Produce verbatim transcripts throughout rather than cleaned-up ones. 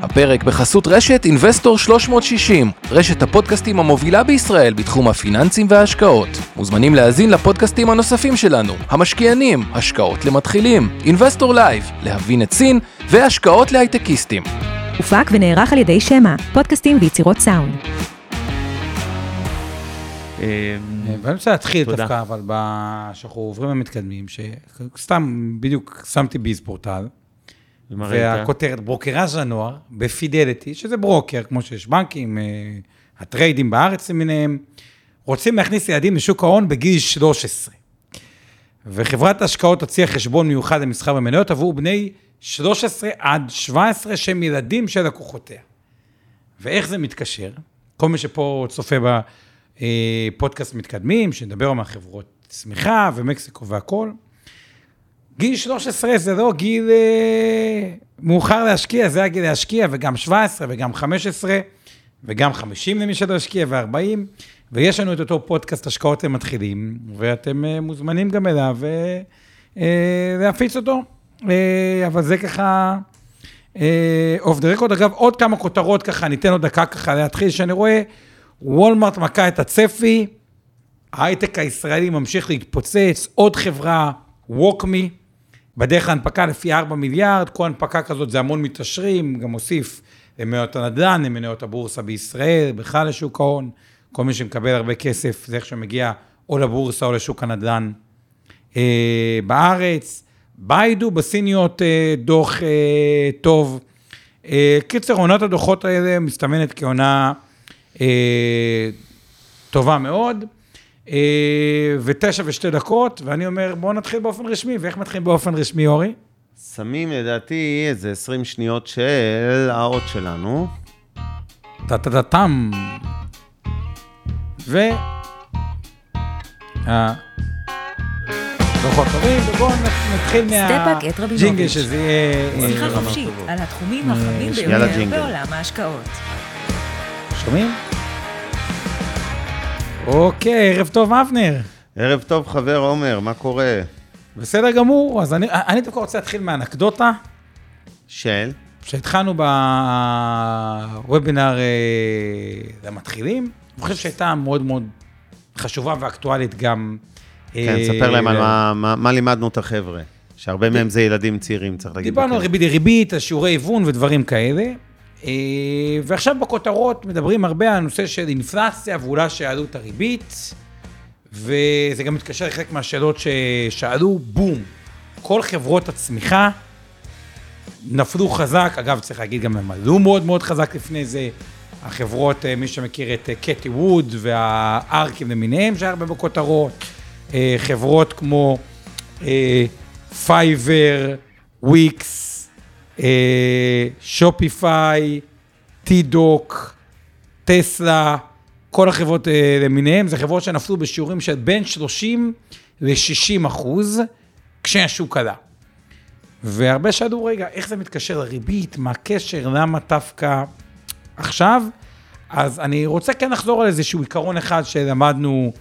הפרק בחסות רשת אינבסטור שלוש מאות שישים, רשת הפודקאסטים המובילה בישראל בתחום הפיננסים וההשקעות. מוזמנים להאזין לפודקאסטים הנוספים שלנו, המשקיענים, השקעות למתחילים, אינבסטור לייב, להבין את סין והשקעות להייטקיסטים. הופק ונערך על ידי שמה, פודקאסטים ויצירות סאונד. ואני רוצה להתחיל דווקא, אבל שאנחנו עוברים המתקדמים, שסתם בדיוק שמתי ביז פורטל, והכותרת ברוקראז' לנוער, בפידליטי, שזה ברוקר, כמו שיש בנקים, הטריידים בארץ למיניהם, רוצים להכניס ילדים לשוק ההון בגיל שלוש עשרה. וחברת ההשקעות הוציאה חשבון מיוחד למסחר במניות, עבור בני שלוש עשרה עד שבע עשרה שהם ילדים של לקוחותיה. ואיך זה מתקשר? כל מי שפה צופה בפודקאסט מתקדמים, שנדבר על חברות צמיחה ומקסיקו והכל, גיל שלוש עשרה זה לא גיל אה, מאוחר להשקיע, זה הגיל להשקיע, וגם שבע עשרה וגם חמש עשרה, וגם חמישים למי שלא השקיע, ו-ארבעים, ויש לנו את אותו פודקאסט השקעות למתחילים, ואתם אה, מוזמנים גם אליו, ולהפיץ אה, אותו. אה, אבל זה ככה, אוף דה רקורד, אגב, עוד כמה כותרות ככה, ניתן עוד דקה ככה להתחיל, שאני רואה, וולמרט מכה את הצפי, ההייטק הישראלי ממשיך להתפוצץ, עוד חברה, ווקמי, בדרך ההנפקה לפי ארבעה מיליארד, כל הנפקה כזאת זה המון מתעשרים, גם מוסיף למניות הנדל"ן, למניות הבורסה בישראל, בכלל לשוק ההון, כל מי שמקבל הרבה כסף, זה איך שמגיע או לבורסה או לשוק הנדל"ן אה, בארץ, ביידו בסיניות אה, דוח אה, טוב, אה, קיצר, עונת הדוחות האלה מסתמנת כעונה אה, טובה מאוד, ותשע ושתי דקות, ואני אומר, בואו נתחיל באופן רשמי, ואיך מתחילים באופן רשמי, אורי? שמים לדעתי איזה עשרים שניות של האות שלנו. טה-טה-טה-טם. ו... דוחות טובים, ובואו נתחיל מהג'ינגל שזה יהיה... שיחה חופשית על התחומים החמים ביותר בעולם ההשקעות. שומעים? אוקיי, ערב טוב, אבנר. ערב טוב, חבר עומר, מה קורה? בסדר גמור, אז אני, אני דווקא רוצה להתחיל מהאנקדוטה. של? שהתחלנו בוובינר למתחילים, אני חושב שהייתה מאוד מאוד חשובה ואקטואלית גם. כן, ספר להם על מה, מה, מה לימדנו את החבר'ה, שהרבה מהם זה ילדים צעירים, צריך להגיד. דיברנו על ריבית דריבית, על שיעורי היוון ודברים כאלה. ועכשיו בכותרות מדברים הרבה על הנושא של אינפלציה ואולי שעלו את הריבית, וזה גם מתקשר לחלק מהשאלות ששאלו, בום, כל חברות הצמיחה נפלו חזק, אגב צריך להגיד גם הם עלו מאוד מאוד חזק לפני זה, החברות, מי שמכיר את קטי ווד והארקים למיניהם שהיה הרבה בכותרות, חברות כמו פייבר, וויקס, שופיפיי, טידוק, טסלה, כל החברות למיניהם, זה חברות שנפלו בשיעורים של בין שלושים ל-שישים אחוז, כשהשוק עלה. והרבה שאלו, רגע, איך זה מתקשר לריבית, מה הקשר, למה דווקא עכשיו? אז אני רוצה כן לחזור על איזשהו עיקרון אחד שלמדנו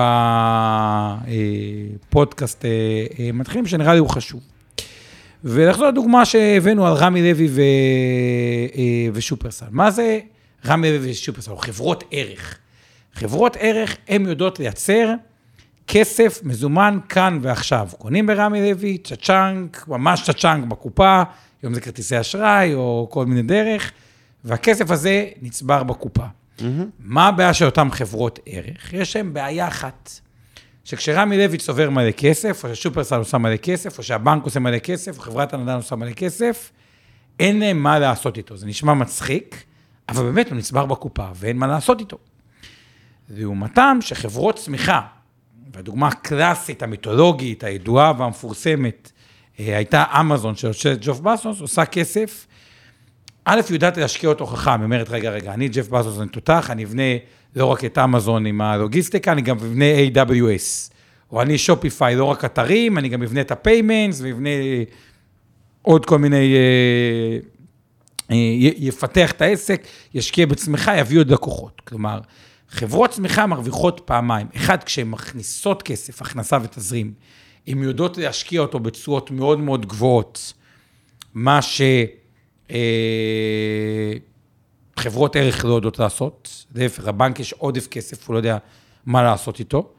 בפודקאסט מתחילים, שנראה לי הוא חשוב. ולחזור לדוגמה שהבאנו על רמי לוי ו... ושופרסל. מה זה רמי לוי ושופרסל? חברות ערך. חברות ערך, הן יודעות לייצר כסף מזומן כאן ועכשיו. קונים ברמי לוי, צ'צ'אנק, ממש צ'צ'אנק בקופה, היום זה כרטיסי אשראי או כל מיני דרך, והכסף הזה נצבר בקופה. Mm-hmm. מה הבעיה של אותם חברות ערך? יש להם בעיה אחת. שכשרמי לוי צובר מלא כסף, או ששופרסל עושה מלא כסף, או שהבנק עושה מלא כסף, או חברת הנדל"ן עושה מלא כסף, אין להם מה לעשות איתו. זה נשמע מצחיק, אבל באמת הוא נצבר בקופה, ואין מה לעשות איתו. לעומתם שחברות צמיחה, והדוגמה הקלאסית, המיתולוגית, הידועה והמפורסמת, הייתה אמזון, של ג'וף בסוס, עושה כסף, א', יודעת להשקיע אותו חכם, היא אומרת, רגע, רגע, אני ג'ף בסוס, אני תותח, אני אבנה לא רק את אמזון עם הלוגיסטיקה, אני גם אבנה איי דאבליו אס, או אני שופיפיי, לא רק אתרים, אני גם אבנה את הפיימנטס, ואבנה עוד כל מיני, יפתח את העסק, ישקיע בצמיחה, יביא עוד לקוחות. כלומר, חברות צמיחה מרוויחות פעמיים. אחד, כשהן מכניסות כסף, הכנסה ותזרים, הן יודעות להשקיע אותו בצורות מאוד מאוד גבוהות, מה חברות ערך לא יודעות לעשות, להפך, הבנק יש עודף כסף, הוא לא יודע מה לעשות איתו,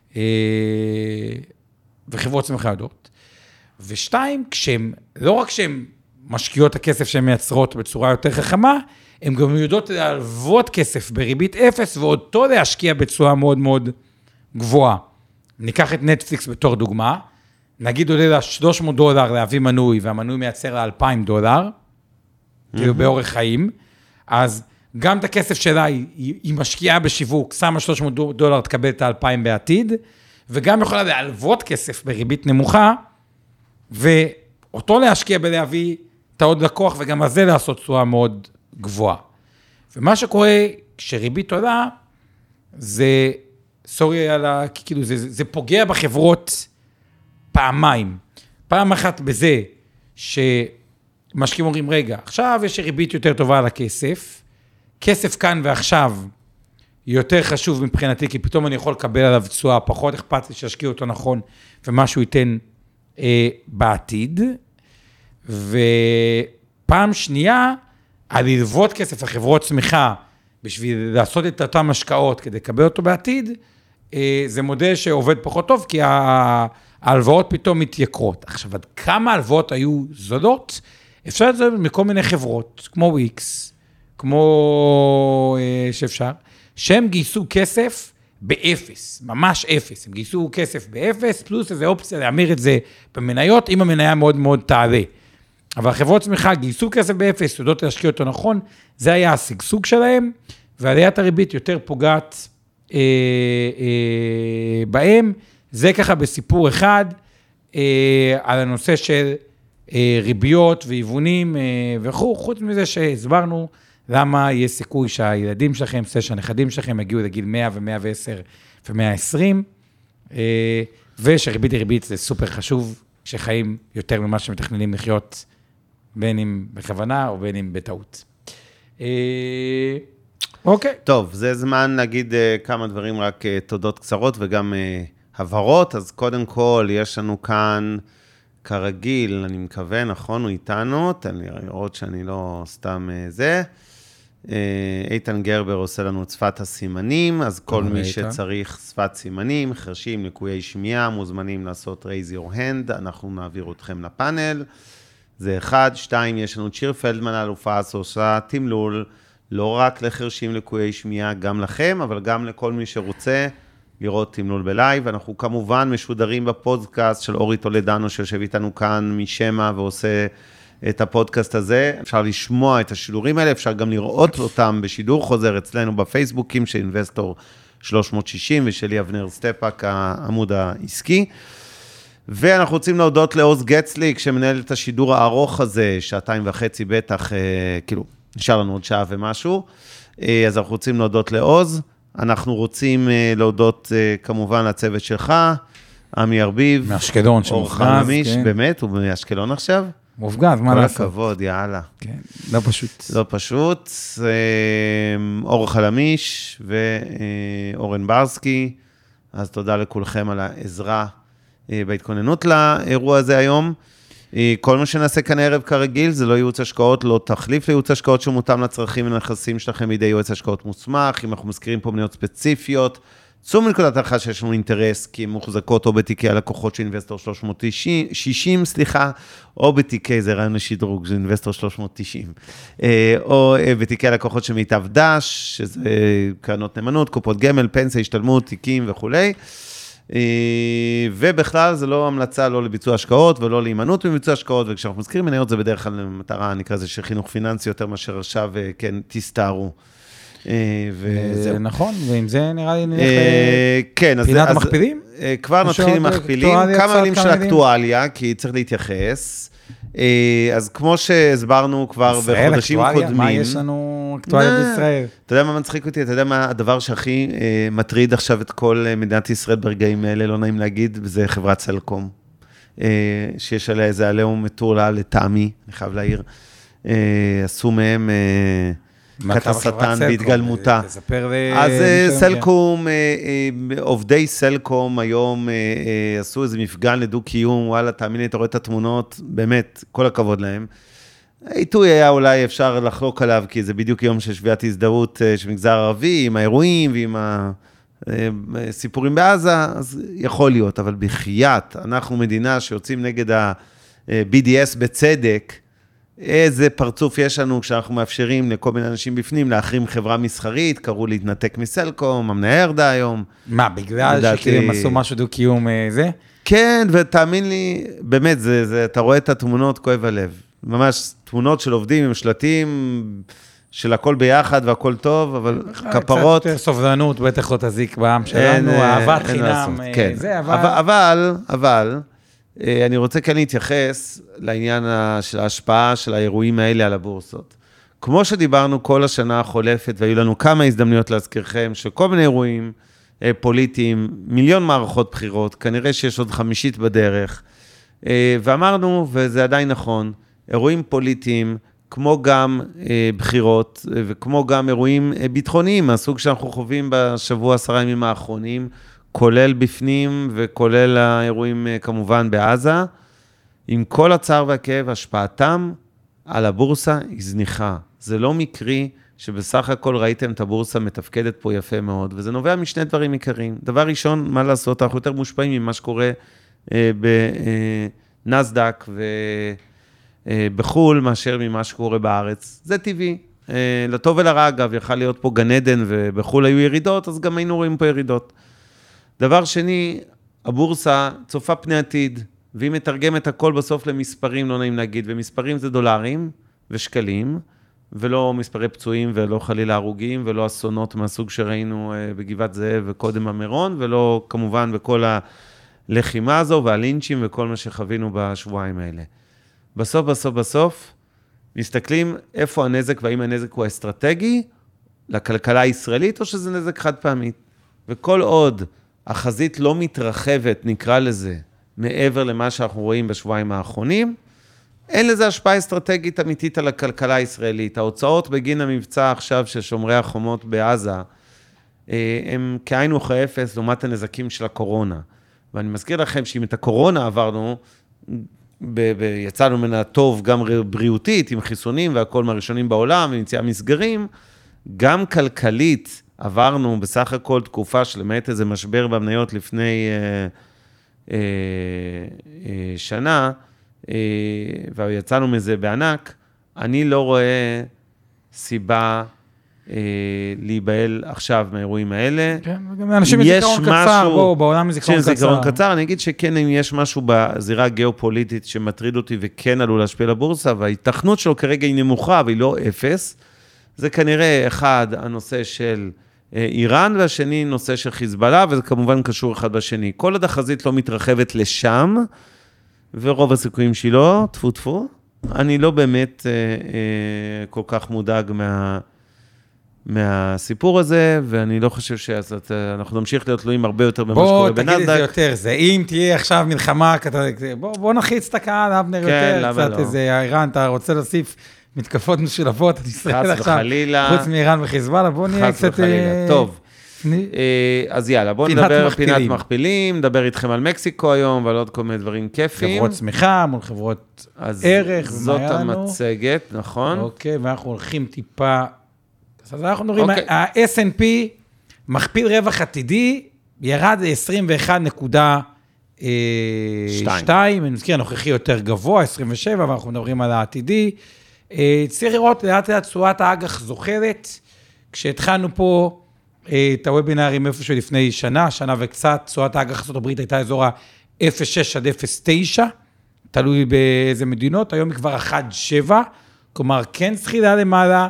וחברות צמיחה יודעות. ושתיים, כשהם, לא רק שהן משקיעות הכסף שהן מייצרות בצורה יותר חכמה, הן גם יודעות להלוות כסף בריבית אפס, ואותו להשקיע בצורה מאוד מאוד גבוהה. ניקח את נטפליקס בתור דוגמה, נגיד עולה לה שלוש מאות דולר להביא מנוי, והמנוי מייצר לה אלפיים דולר, כאילו באורך חיים, אז גם את הכסף שלה היא, היא משקיעה בשיווק, שמה שלוש מאות דולר, תקבל את ה-אלפיים בעתיד, וגם יכולה להלוות כסף בריבית נמוכה, ואותו להשקיע בלהביא את העוד לקוח, וגם על זה לעשות תשואה מאוד גבוהה. ומה שקורה כשריבית עולה, זה, סורי על ה... כאילו, זה, זה פוגע בחברות פעמיים. פעם אחת בזה, שמשקיעים אומרים, רגע, עכשיו יש ריבית יותר טובה על הכסף, כסף כאן ועכשיו יותר חשוב מבחינתי, כי פתאום אני יכול לקבל עליו תשואה, פחות אכפת לי שישקיע אותו נכון, ומשהו ייתן אה, בעתיד. ופעם שנייה, על ללוות כסף לחברות צמיחה, בשביל לעשות את אותם השקעות, כדי לקבל אותו בעתיד, אה, זה מודל שעובד פחות טוב, כי ההלוואות פתאום מתייקרות. עכשיו, עד כמה ההלוואות היו זולות, אפשר את זה מכל מיני חברות, כמו וויקס, כמו אה, שאפשר, שהם גייסו כסף באפס, ממש אפס. הם גייסו כסף באפס, פלוס איזו אופציה להמיר את זה במניות, אם המניה מאוד מאוד תעלה. אבל החברות צמיחה גייסו כסף באפס, יודעות להשקיע אותו נכון, זה היה הסגסוג שלהם, ועליית הריבית יותר פוגעת אה, אה, בהם. זה ככה בסיפור אחד, אה, על הנושא של אה, ריביות והיוונים אה, וכו', חוץ מזה שהסברנו, למה יש סיכוי שהילדים שלכם, שהנכדים שלכם יגיעו לגיל מאה ו-מאה ועשר ו-מאה ועשרים, ושריבית ריבית זה סופר חשוב, כשחיים יותר ממה שמתכננים לחיות, בין אם בכוונה או בין אם בטעות. אוקיי. טוב, זה זמן להגיד כמה דברים, רק תודות קצרות וגם הבהרות. אז קודם כל, יש לנו כאן, כרגיל, אני מקווה, נכון, הוא איתנו, תן לי לראות שאני לא סתם זה. איתן גרבר עושה לנו את שפת הסימנים, אז כל מי שצריך שפת סימנים, חרשים, לקויי שמיעה, מוזמנים לעשות raise your hand, אנחנו נעביר אתכם לפאנל. זה אחד, שתיים, יש לנו צ'יר פלדמן, אלופה, עושה תמלול, לא רק לחרשים, לקויי שמיעה, גם לכם, אבל גם לכל מי שרוצה לראות תמלול בלייב. אנחנו כמובן משודרים בפודקאסט של אורי טולדנו, שיושב איתנו כאן משמה ועושה את הפודקאסט הזה. אפשר לשמוע את השידורים האלה, אפשר גם לראות אותם בשידור חוזר אצלנו בפייסבוקים של אינבסטור שלוש מאות שישים ושלי אבנר סטפאק, העמוד העסקי. ואנחנו רוצים להודות לעוז גצליק, שמנהל את השידור הארוך הזה, שעתיים וחצי בטח, אה, כאילו, נשאר לנו עוד שעה ומשהו. אה, אז אנחנו רוצים להודות לעוז. אנחנו רוצים אה, להודות אה, כמובן לצוות שלך, עמי ארביב. מאשקלון שמופגז. כן. באמת, הוא מאשקלון עכשיו. מופגז, מה לעשות? כל הכבוד, יאללה. כן, לא פשוט. לא פשוט. אור חלמיש ואורן ברסקי, אז תודה לכולכם על העזרה בהתכוננות לאירוע הזה היום. כל מה שנעשה כאן הערב כרגיל, זה לא ייעוץ השקעות, לא תחליף לייעוץ השקעות שמותאם לצרכים ונכסים שלכם בידי יועץ השקעות מוסמך. אם אנחנו מזכירים פה מניות ספציפיות, צאו מנקודת הנחה שיש לנו אינטרס, כי הן מוחזקות או בתיקי הלקוחות של אינבסטור שלוש מאות שישים, סליחה, או בתיקי, זה רעיון לשדרוג, זה אינבסטור שלוש מאות תשעים, או בתיקי הלקוחות של מיטב דש, שזה קרנות נאמנות, קופות גמל, פנסיה, השתלמות, תיקים וכו'. ובכלל זה לא המלצה לא לביצוע השקעות ולא להימנעות מביצוע השקעות, וכשאנחנו מזכירים מניות זה בדרך כלל מטרה, נקרא זה של חינוך פיננסי יותר מאשר עכשיו, כן, תסתערו. וזה נכון, ועם זה נראה לי נלך לפינת המכפילים? כבר נתחיל עם מכפילים, כמה מילים של אקטואליה, כי צריך להתייחס. אז כמו שהסברנו כבר בחודשים קודמים. מה יש לנו אקטואליה בישראל? אתה יודע מה מצחיק אותי? אתה יודע מה הדבר שהכי מטריד עכשיו את כל מדינת ישראל ברגעים האלה, לא נעים להגיד, זה חברת סלקום. שיש עליה איזה עליהום מטורלל לטעמי, אני חייב להעיר. עשו מהם כת השטן בהתגלמותה. אז סלקום, עובדי סלקום היום עשו איזה מפגן לדו קיום, וואלה, תאמין לי, אתה רואה את התמונות, באמת, כל הכבוד להם. העיתוי היה אולי אפשר לחלוק עליו, כי זה בדיוק יום של שביעת הזדהות של מגזר ערבי, עם האירועים ועם הסיפורים בעזה, אז יכול להיות, אבל בחייאת, אנחנו מדינה שיוצאים נגד ה-בי די אס בצדק, איזה פרצוף יש לנו כשאנחנו מאפשרים לכל מיני אנשים בפנים להחרים חברה מסחרית, קראו להתנתק מסלקום, המנהל ירדה היום. מה, בגלל שכאילו עשו משהו דו קיום זה? כן, ותאמין לי, באמת, זה, זה, אתה רואה את התמונות, כואב הלב. ממש תמונות של עובדים עם שלטים, של הכל ביחד והכל טוב, אבל כפרות... קצת סובלנות, בטח לא תזיק בעם שלנו, אהבת חינם, זה, אבל... אבל, אבל, אני רוצה כן להתייחס לעניין של ההשפעה של האירועים האלה על הבורסות. כמו שדיברנו כל השנה החולפת, והיו לנו כמה הזדמנויות להזכירכם, של כל מיני אירועים פוליטיים, מיליון מערכות בחירות, כנראה שיש עוד חמישית בדרך, ואמרנו, וזה עדיין נכון, אירועים פוליטיים, כמו גם בחירות, וכמו גם אירועים ביטחוניים, מהסוג שאנחנו חווים בשבוע עשרה ימים האחרונים, כולל בפנים וכולל האירועים כמובן בעזה, עם כל הצער והכאב, השפעתם על הבורסה היא זניחה. זה לא מקרי שבסך הכל ראיתם את הבורסה מתפקדת פה יפה מאוד, וזה נובע משני דברים עיקריים. דבר ראשון, מה לעשות, אנחנו יותר מושפעים ממה שקורה בנסדק ובחול, מאשר ממה שקורה בארץ. זה טבעי. לטוב ולרע, אגב, יכל להיות פה גן עדן ובחול היו ירידות, אז גם היינו רואים פה ירידות. דבר שני, הבורסה צופה פני עתיד, והיא מתרגמת הכל בסוף למספרים, לא נעים להגיד, ומספרים זה דולרים ושקלים, ולא מספרי פצועים, ולא חלילה הרוגים, ולא אסונות מהסוג שראינו בגבעת זאב וקודם במירון, ולא כמובן בכל הלחימה הזו והלינצ'ים וכל מה שחווינו בשבועיים האלה. בסוף, בסוף, בסוף, מסתכלים איפה הנזק, והאם הנזק הוא אסטרטגי לכלכלה הישראלית, או שזה נזק חד פעמית. וכל עוד החזית לא מתרחבת, נקרא לזה, מעבר למה שאנחנו רואים בשבועיים האחרונים, אין לזה השפעה אסטרטגית אמיתית על הכלכלה הישראלית. ההוצאות בגין המבצע עכשיו של שומרי החומות בעזה, הם כעין וכאפס לעומת הנזקים של הקורונה. ואני מזכיר לכם שאם את הקורונה עברנו, יצאנו ממנה טוב גם בריאותית, עם חיסונים והכל מהראשונים בעולם, ומציאה מסגרים, גם כלכלית עברנו בסך הכל תקופה שלמעט איזה משבר במניות לפני אה, אה, אה, שנה, אה, ויצאנו מזה בענק, אני לא רואה סיבה אה, להיבהל עכשיו מהאירועים האלה. כן, וגם אנשים מזיכרון קצר, בואו, בעולם מזיכרון קצר. זיכרון קצר, אני אגיד שכן, אם יש משהו בזירה הגיאופוליטית שמטריד אותי וכן עלול להשפיע לבורסה, וההתכנות שלו כרגע היא נמוכה והיא לא אפס, זה כנראה אחד הנושא של איראן, והשני נושא של חיזבאללה, וזה כמובן קשור אחד בשני. כל עוד החזית לא מתרחבת לשם, ורוב הסיכויים שהיא לא, טפו טפו, אני לא באמת אה, אה, כל כך מודאג מה, מהסיפור הזה, ואני לא חושב שאנחנו נמשיך להיות תלויים הרבה יותר במה שקורה בנאסד"ק. בוא תגיד את זה יותר, זה אם תהיה עכשיו מלחמה, בוא, בוא נחיץ את הקהל, אבנר כן, יותר, קצת לא. איזה איראן, אתה רוצה להוסיף מתקפות משולבות, את ישראל עכשיו, וחלילה, חוץ מאיראן וחיזבאללה, בוא נהיה קצת... וחלילה. טוב, אז יאללה, בואו נדבר פינת מכפילים, נדבר איתכם על מקסיקו היום, ועל עוד כל מיני דברים כיפים. חברות צמיחה, מול חברות ערך. זאת המצגת, נכון? אוקיי, ואנחנו הולכים טיפה... אז אנחנו נראים, ה-אס אנד פי מכפיל רווח עתידי, ירד ל-עשרים ואחת נקודה שתיים, אני מזכיר, הנוכחי יותר גבוה, עשרים ושבע, ואנחנו מדברים על העתידי. צריך לראות לאט לאט תשואת האג"ח זוכרת, כשהתחלנו פה את הוובינרים איפשהו לפני שנה, שנה וקצת, תשואת האג"ח ארצות הברית הייתה אזור ה-אפס נקודה שש עד אפס נקודה תשע, תלוי באיזה מדינות, היום היא כבר אחת נקודה שבע, כלומר כן זחילה למעלה,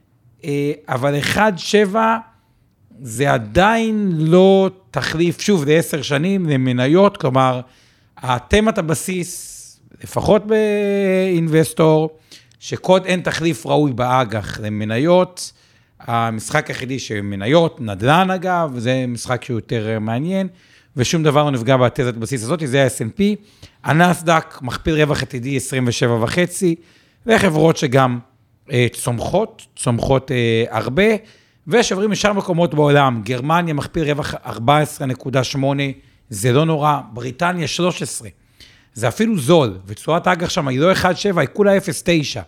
אבל אחת נקודה שבע זה עדיין לא תחליף, שוב, לעשר שנים, למניות, כלומר, התמת הבסיס, לפחות באינבסטור, שקוד אין תחליף ראוי באג"ח למניות, המשחק היחידי שמניות, נדל"ן אגב, זה משחק שהוא יותר מעניין, ושום דבר לא נפגע בתזת הבסיס הזאת, זה ה-אס אנד פי, הנאסד"ק מכפיל רווח עתידי עשרים ושבע וחצי, וחברות שגם אה, צומחות, צומחות אה, הרבה, ושברים משאר מקומות בעולם, גרמניה מכפיל רווח ארבע עשרה נקודה שמונה, זה לא נורא, בריטניה שלוש עשרה, זה אפילו זול, ותשואת האג"ח שם היא לא אחת נקודה שבע, היא כולה אפס נקודה תשע,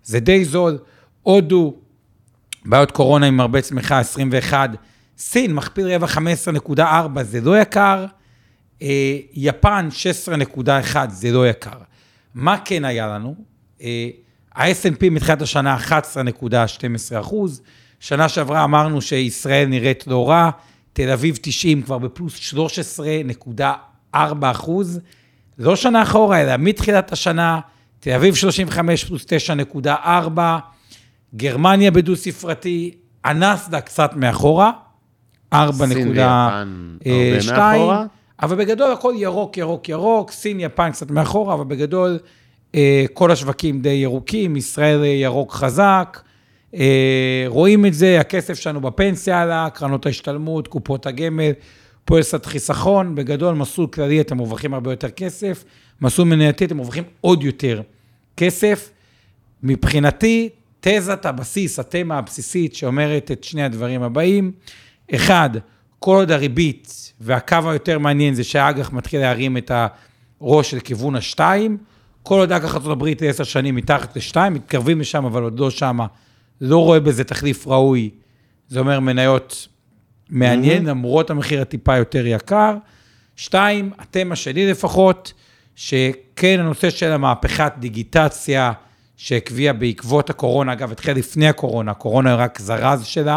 זה די זול, הודו, בעיות קורונה עם הרבה צמיחה, עשרים ואחת, סין, מכפיל רבע חמש עשרה נקודה ארבע, זה לא יקר, יפן שש עשרה נקודה אחת, זה לא יקר. מה כן היה לנו? ה-אס אנד פי מתחילת השנה אחת עשרה נקודה שתים עשרה אחוז, שנה שעברה אמרנו שישראל נראית לא רע, תל אביב תשעים כבר בפלוס שלוש עשרה נקודה ארבע אחוז, לא שנה אחורה, אלא מתחילת השנה, תל אביב שלושים וחמש פלוס תשע נקודה ארבע, גרמניה בדו ספרתי, הנסד"ק קצת מאחורה, ארבע נקודה שתיים, אבל בגדול הכל ירוק, ירוק, ירוק, סין, יפן קצת מאחורה, אבל בגדול כל השווקים די ירוקים, ישראל ירוק חזק, רואים את זה, הכסף שלנו בפנסיה עלה, קרנות ההשתלמות, קופות הגמל, פוליסת חיסכון, בגדול מסלול כללי אתם מרווחים הרבה יותר כסף, מסלול מנייתי אתם מרווחים עוד יותר כסף. מבחינתי, תזת הבסיס, התמה הבסיסית שאומרת את שני הדברים הבאים, אחד, כל עוד הריבית והקו היותר מעניין זה שהאג"ח מתחיל להרים את הראש לכיוון השתיים, כל עוד אג"ח ארצות הברית לעשר שנים מתחת לשתיים, מתקרבים לשם אבל עוד לא שם, לא רואה בזה תחליף ראוי, זה אומר מניות מעניין, למרות המחיר הטיפה יותר יקר. שתיים, התמה שלי לפחות, שכן הנושא של המהפכת דיגיטציה, שהקביעה בעקבות הקורונה, אגב, התחילה לפני הקורונה, הקורונה רק זרז שלה,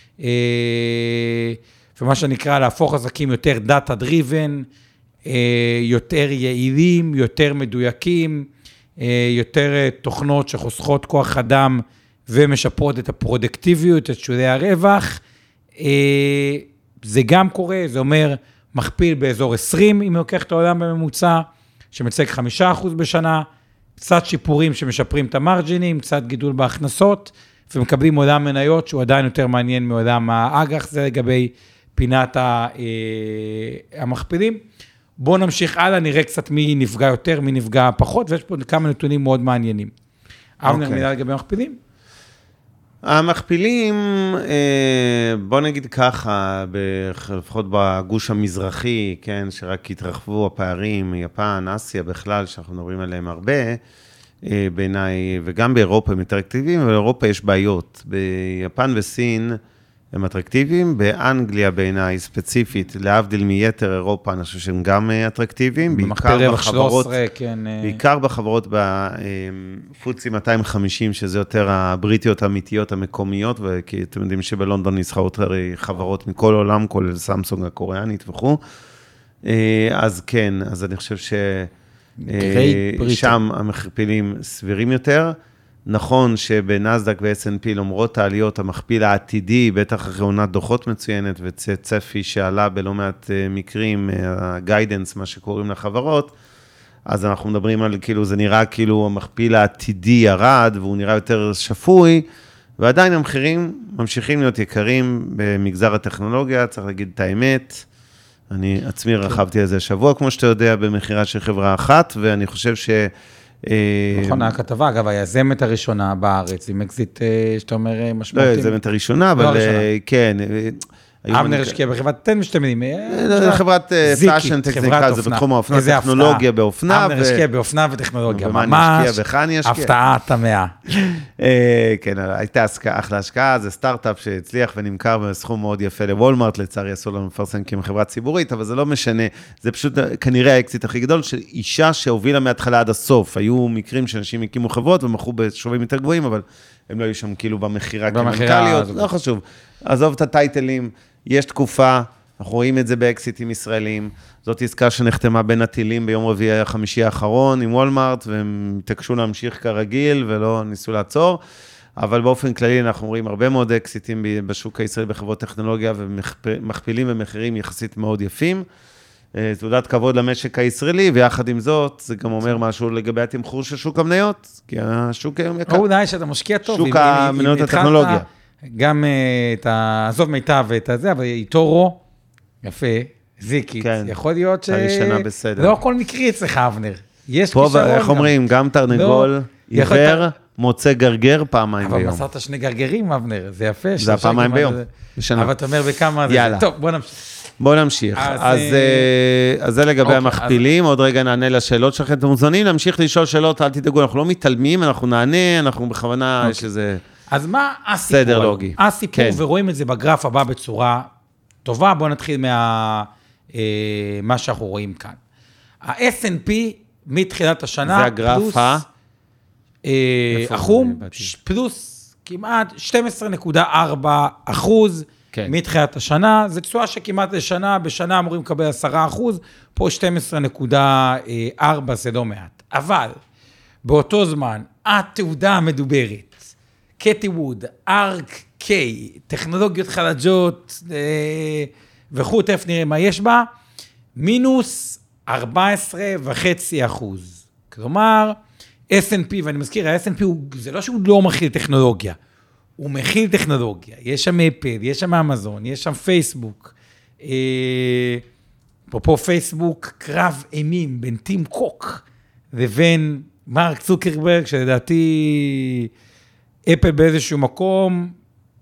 ומה שנקרא להפוך עסקים יותר דאטה דריבן, יותר יעילים, יותר מדויקים, יותר תוכנות שחוסכות כוח אדם, ומשפרות את הפרודקטיביות, את שולי הרווח, זה גם קורה, זה אומר מכפיל באזור עשרים, אם לוקח את העולם בממוצע, שמצג חמישה אחוז בשנה, קצת שיפורים שמשפרים את המרג'ינים, קצת גידול בהכנסות, ומקבלים עולם מניות שהוא עדיין יותר מעניין מעולם האג"ח, זה לגבי פינת המכפילים. בואו נמשיך הלאה, נראה קצת מי נפגע יותר, מי נפגע פחות, ויש פה כמה נתונים מאוד מעניינים. אבנר, מילה לגבי המכפילים? המכפילים, בוא נגיד ככה, לפחות בגוש המזרחי, כן, שרק התרחבו הפערים, יפן, אסיה בכלל, שאנחנו מדברים עליהם הרבה, בעיניי, וגם באירופה הם יותר אטרקטיביים, ובאירופה יש בעיות. ביפן וסין הם אטרקטיביים, באנגליה בעיניי ספציפית, להבדיל מיתר אירופה, אני חושב שהם גם אטרקטיביים, בעיקר בחברות, כן. בעיקר בחברות בפוצי מאתיים וחמישים, שזה יותר הבריטיות האמיתיות המקומיות, וכי אתם יודעים שבלונדון נסחרות חברות מכל העולם, כולל סמסונג הקוריאנית וכו'. אז כן, אז אני חושב ש... שם המכפילים סבירים יותר. נכון שבנסדק ו-אס אנד פי למרות העליות המכפיל העתידי, בטח אחרי עונת דוחות מצוינת וצפי שעלה בלא מעט מקרים, הגיידנס, מה שקוראים לחברות, אז אנחנו מדברים על כאילו, זה נראה כאילו המכפיל העתידי ירד, והוא נראה יותר שפוי, ועדיין המחירים ממשיכים להיות יקרים במגזר הטכנולוגיה, צריך להגיד את האמת, אני עצמי רחבתי על זה שבוע, כמו שאתה יודע, במחירה של חברה אחת, ואני חושב ש... נכון, הכתבה, אגב, היזמת הראשונה בארץ, עם אקזיט, שאתה אומר, משמעותי. לא, היזמת הראשונה, אבל כן. אבנר השקיע בחברת, תן משתי מילים. חברת פאשן, טכניקה, זה בתחום האופנה, טכנולוגיה באופנה. אבנר השקיע באופנה וטכנולוגיה, ממש הפתעת המאה. כן, הייתה אחלה השקעה, זה סטארט-אפ שהצליח ונמכר בסכום מאוד יפה לוולמארט, לצערי אסור לנו לפרסם כחברה ציבורית, אבל זה לא משנה, זה פשוט כנראה האקזיט הכי גדול, של אישה שהובילה מההתחלה עד הסוף, היו מקרים שאנשים הקימו חברות ומכרו בשווי יותר גבוהים, אבל הם לא היו שם כאילו במחירה כמנכ"ליות, לא חשוב. עזוב את הטייטלים, יש תקופה, אנחנו רואים את זה באקסיטים ישראלים, זאת עסקה שנחתמה בין הטילים ביום רביעי החמישי האחרון עם וולמארט, והם התעקשו להמשיך כרגיל ולא ניסו לעצור, אבל באופן כללי אנחנו רואים הרבה מאוד אקסיטים בשוק הישראלי בחברות טכנולוגיה, ומכפילים ומחירים יחסית מאוד יפים, תעודת כבוד למשק הישראלי, ויחד עם זאת, זה גם אומר משהו לגבי התמחור של שוק המניות, כי השוק היום יקר. או אולי שאתה משקיע טוב. שוק המניות הטכנולוגיה. גם את העזוב מיטב ואת הזה, אבל איתו רו, יפה, זיקית, יכול להיות ש... הראשונה בסדר. לא הכל מקרי אצלך, אבנר. יש פה, איך אומרים, גם תרנגול, עיוור, מוצא גרגר פעמיים ביום. אבל מסרת שני גרגרים, אבנר, זה יפה. זה הפעמיים ביום. אבל אתה אומר בכמה... יאללה. טוב, בוא נמשיך. בואו נמשיך. אז זה לגבי המכפילים, עוד רגע נענה לשאלות שלכם. אתם מוזמנים להמשיך לשאול שאלות, אל תדאגו, אנחנו לא מתעלמים, אנחנו נענה, אנחנו בכוונה, יש איזה אז מה הסיפור? סדר לוגי. הסיפור, ורואים את זה בגרף הבא בצורה טובה, בואו נתחיל מה שאנחנו רואים כאן. ה-אס אנד פי מתחילת השנה, זה הגרף ה... החום, פלוס כמעט שתים עשרה נקודה ארבע אחוז מתחילת השנה, זה תשואה שכמעט לשנה, בשנה אמורים לקבל עשרה אחוז, פה שתים עשרה נקודה ארבע זה לא מעט. אבל באותו זמן, התעודה המדוברת, קטי ווד, ארק קיי, טכנולוגיות חלג'ות וכו', תכף נראה מה יש בה, מינוס ארבע עשרה וחצי אחוז. כלומר, אס אנד פי, ואני מזכיר, ה-אס אנד פי זה לא שהוא לא מכיל טכנולוגיה, הוא מכיל טכנולוגיה, יש שם אפל, יש שם אמזון, יש שם פייסבוק, פה פייסבוק, קרב אימים בין טים קוק לבין מרק צוקרברג, שלדעתי אפל באיזשהו מקום,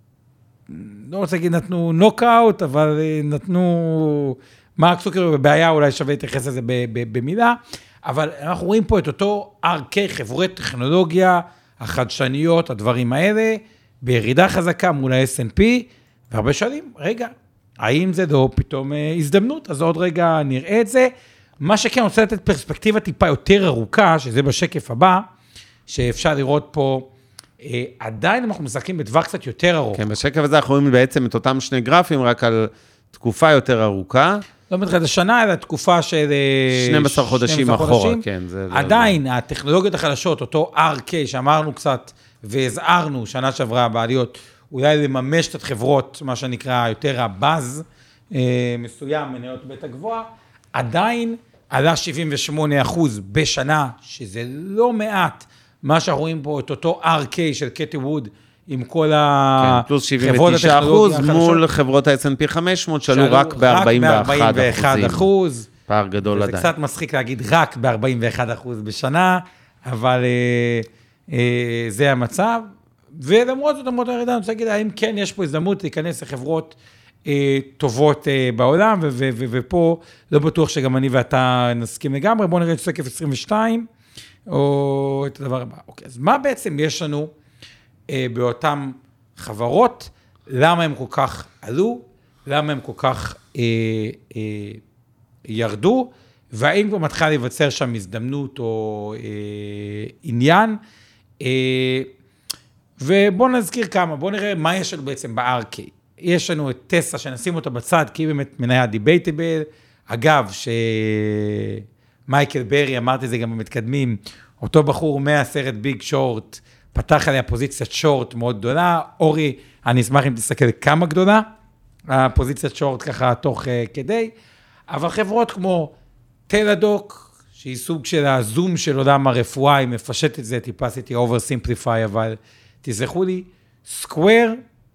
לא רוצה להגיד נתנו נוקאוט, אבל נתנו, מרק צוקרברג בבעיה, אולי שווה להתייחס לזה במילה, אבל אנחנו רואים פה את אותו ארקי חברות טכנולוגיה, החדשניות, הדברים האלה, בירידה חזקה מול ה-אס אנד פי, והרבה שואלים, רגע, האם זה לא פתאום הזדמנות? אז עוד רגע נראה את זה. מה שכן, רוצה לתת פרספקטיבה טיפה יותר ארוכה, שזה בשקף הבא, שאפשר לראות פה, אה, עדיין אנחנו משחקים בטווח קצת יותר ארוך. כן, בשקף הזה אנחנו רואים בעצם את אותם שני גרפים, רק על תקופה יותר ארוכה. לא מתחילת השנה, אלא תקופה של... שנים עשר חודשים אחורה, כן. עדיין, הטכנולוגיות החדשות, אותו אר קיי שאמרנו קצת, והזהרנו שנה שעברה בעליות, אולי לממש את החברות, מה שנקרא יותר הבאז, מסוים, מניות בית הגבוה, עדיין עלה שבעים ושמונה אחוז בשנה, שזה לא מעט, מה שאנחנו רואים פה, את אותו אר קיי של קטי ווד, עם כל החברות פלוס שבעים ותשעה אחוז מול חברות ה-אס אנד פי חמש מאות, שעלו רק ב-ארבעים ואחד אחוז. פער גדול עדיין. זה קצת מצחיק להגיד רק ב-ארבעים ואחד אחוז בשנה, אבל זה המצב. ולמרות זאת, למרות הירידה, אני רוצה להגיד, האם כן יש פה הזדמנות להיכנס לחברות טובות בעולם, ופה לא בטוח שגם אני ואתה נסכים לגמרי. בואו נראה את שקף עשרים ושתיים, או את הדבר הבא. אוקיי, אז מה בעצם יש לנו באותן חברות, למה הם כל כך עלו, למה הם כל כך אה, אה, ירדו, והאם כבר מתחילה להיווצר שם הזדמנות או אה, עניין, אה, ובואו נזכיר כמה, בואו נראה מה יש לנו בעצם ב-אר קיי. יש לנו את טסלה שנשים אותה בצד, כי היא באמת מניה דיבייטבל, אגב, שמייקל ברי, אמרתי את זה גם במתקדמים, אותו בחור מהסרט ביג שורט, פתח עליה פוזיציית שורט מאוד גדולה, אורי, אני אשמח אם תסתכל כמה גדולה, הפוזיציית שורט ככה תוך uh, כדי, אבל חברות כמו טלדוק, שהיא סוג של הזום של עולם הרפואה, היא מפשט את זה, טיפה עשיתי oversimplify, אבל תזכו לי, סקוואר,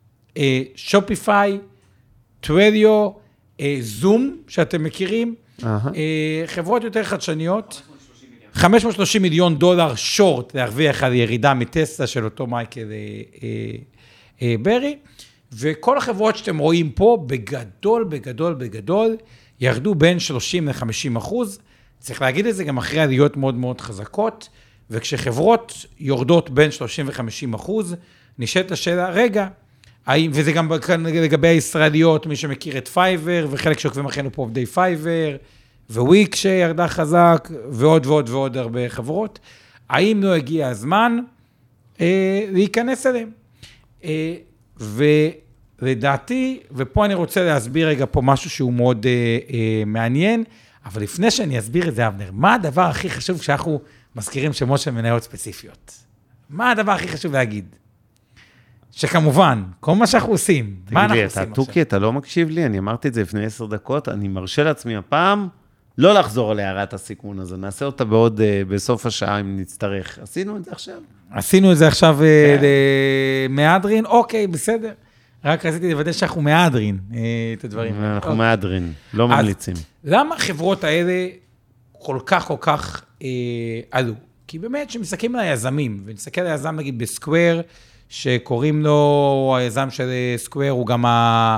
שופיפיי, טרדיו, זום, שאתם מכירים, uh-huh. uh, חברות יותר חדשניות, חמש מאות ושלושים מיליון דולר שורט להרוויח על ירידה מטסלה של אותו מייקל אה, אה, אה, ברי, וכל החברות שאתם רואים פה, בגדול, בגדול, בגדול, ירדו בין שלושים לחמישים אחוז, צריך להגיד את זה גם אחרי עליות מאוד מאוד חזקות, וכשחברות יורדות בין שלושים וחמישים אחוז, נשאלת השאלה, רגע, האם, וזה גם לגבי הישראליות, מי שמכיר את פייבר, וחלק שעוקבים אחרינו פה עובדי פייבר, וויק שירדה חזק, ועוד ועוד ועוד הרבה חברות, האם לא הגיע הזמן אה, להיכנס אליהם? אה, ולדעתי, ופה אני רוצה להסביר רגע פה משהו שהוא מאוד אה, אה, מעניין, אבל לפני שאני אסביר את זה, אבנר, מה הדבר הכי חשוב כשאנחנו מזכירים שמות של מניות ספציפיות? מה הדבר הכי חשוב להגיד? שכמובן, כל מה שאנחנו עושים, מה אנחנו עושים עכשיו? תגיד לי, אתה תוקי, אתה לא מקשיב לי, אני אמרתי את זה לפני עשר דקות, אני מרשה לעצמי הפעם, לא לחזור להערת הסיכון הזה, נעשה אותה בעוד, בסוף השעה אם נצטרך. עשינו את זה עכשיו? עשינו את זה עכשיו למאדרין, אוקיי, בסדר. רק רציתי לוודא שאנחנו מאדרין את הדברים. אנחנו מאדרין, לא ממליצים. למה החברות האלה כל כך כל כך עלו? כי באמת שמסתכלים על היזמים, ונסתכל על היזם נגיד בסקוואר, שקוראים לו, היזם של סקוואר הוא גם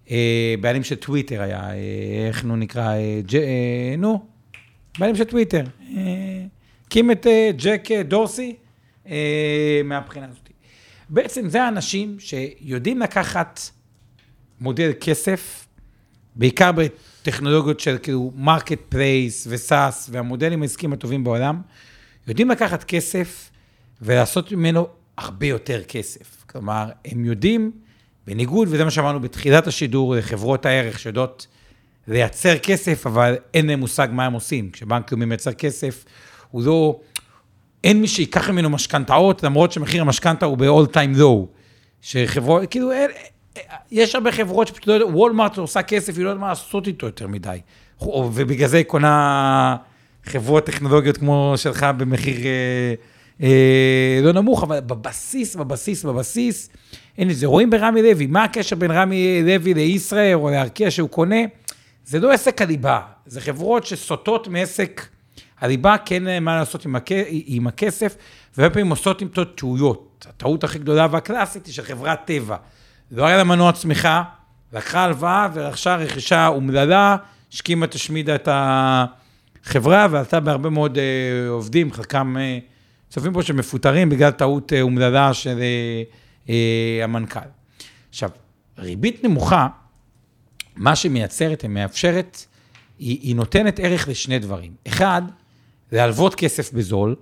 בעלים של טוויטר היה, איך נו נקרא, נו, בעלים של טוויטר, הקים את ג'ק דורסי מהבחינה הזאת. בעצם זה האנשים שיודעים לקחת מודל כסף, בעיקר בטכנולוגיות של כאילו מרקט פלייס וסאס והמודלים העסקיים הטובים בעולם, יודעים לקחת כסף ולעשות ממנו הרבה יותר כסף. כלומר, הם יודעים, בניגוד, וזה מה שאמרנו בתחילת השידור, לחברות הערך שיודעות לייצר כסף, אבל אין להם מושג מה הם עושים. כשבנק לאומי מייצר כסף, הוא לא, אין מי שיקח ממנו משכנתאות, למרות שמחיר המשכנתה הוא ב-all time low. שחברות, כאילו, אין, יש הרבה חברות שפשוט לא יודעת, וולמארט עושה כסף, היא לא יודעת מה לעשות איתו יותר מדי. ובגלל זה היא קונה חברות טכנולוגיות כמו שלך במחיר אה, אה, לא נמוך, אבל בבסיס, בבסיס, בבסיס, אין את זה. רואים ברמי לוי, מה הקשר בין רמי לוי לישראל או להרקיע שהוא קונה? זה לא עסק הליבה, זה חברות שסוטות מעסק הליבה, כן מה לעשות עם, הכ... עם הכסף, והרבה פעמים עושות עם טעויות. הטעות הכי גדולה והקלאסית היא של חברת טבע. לא היה לה מנוע צמיחה, לקחה הלוואה ורכשה רכישה אומללה, שקימה תשמידה את החברה, ועלתה בהרבה מאוד uh, עובדים, חלקם uh, צופים פה שמפוטרים בגלל טעות uh, אומללה של uh, uh, המנכ"ל. עכשיו, ריבית נמוכה, מה שמייצרת, היא מאפשרת, היא, היא נותנת ערך לשני דברים. אחד, להלוות כסף בזול,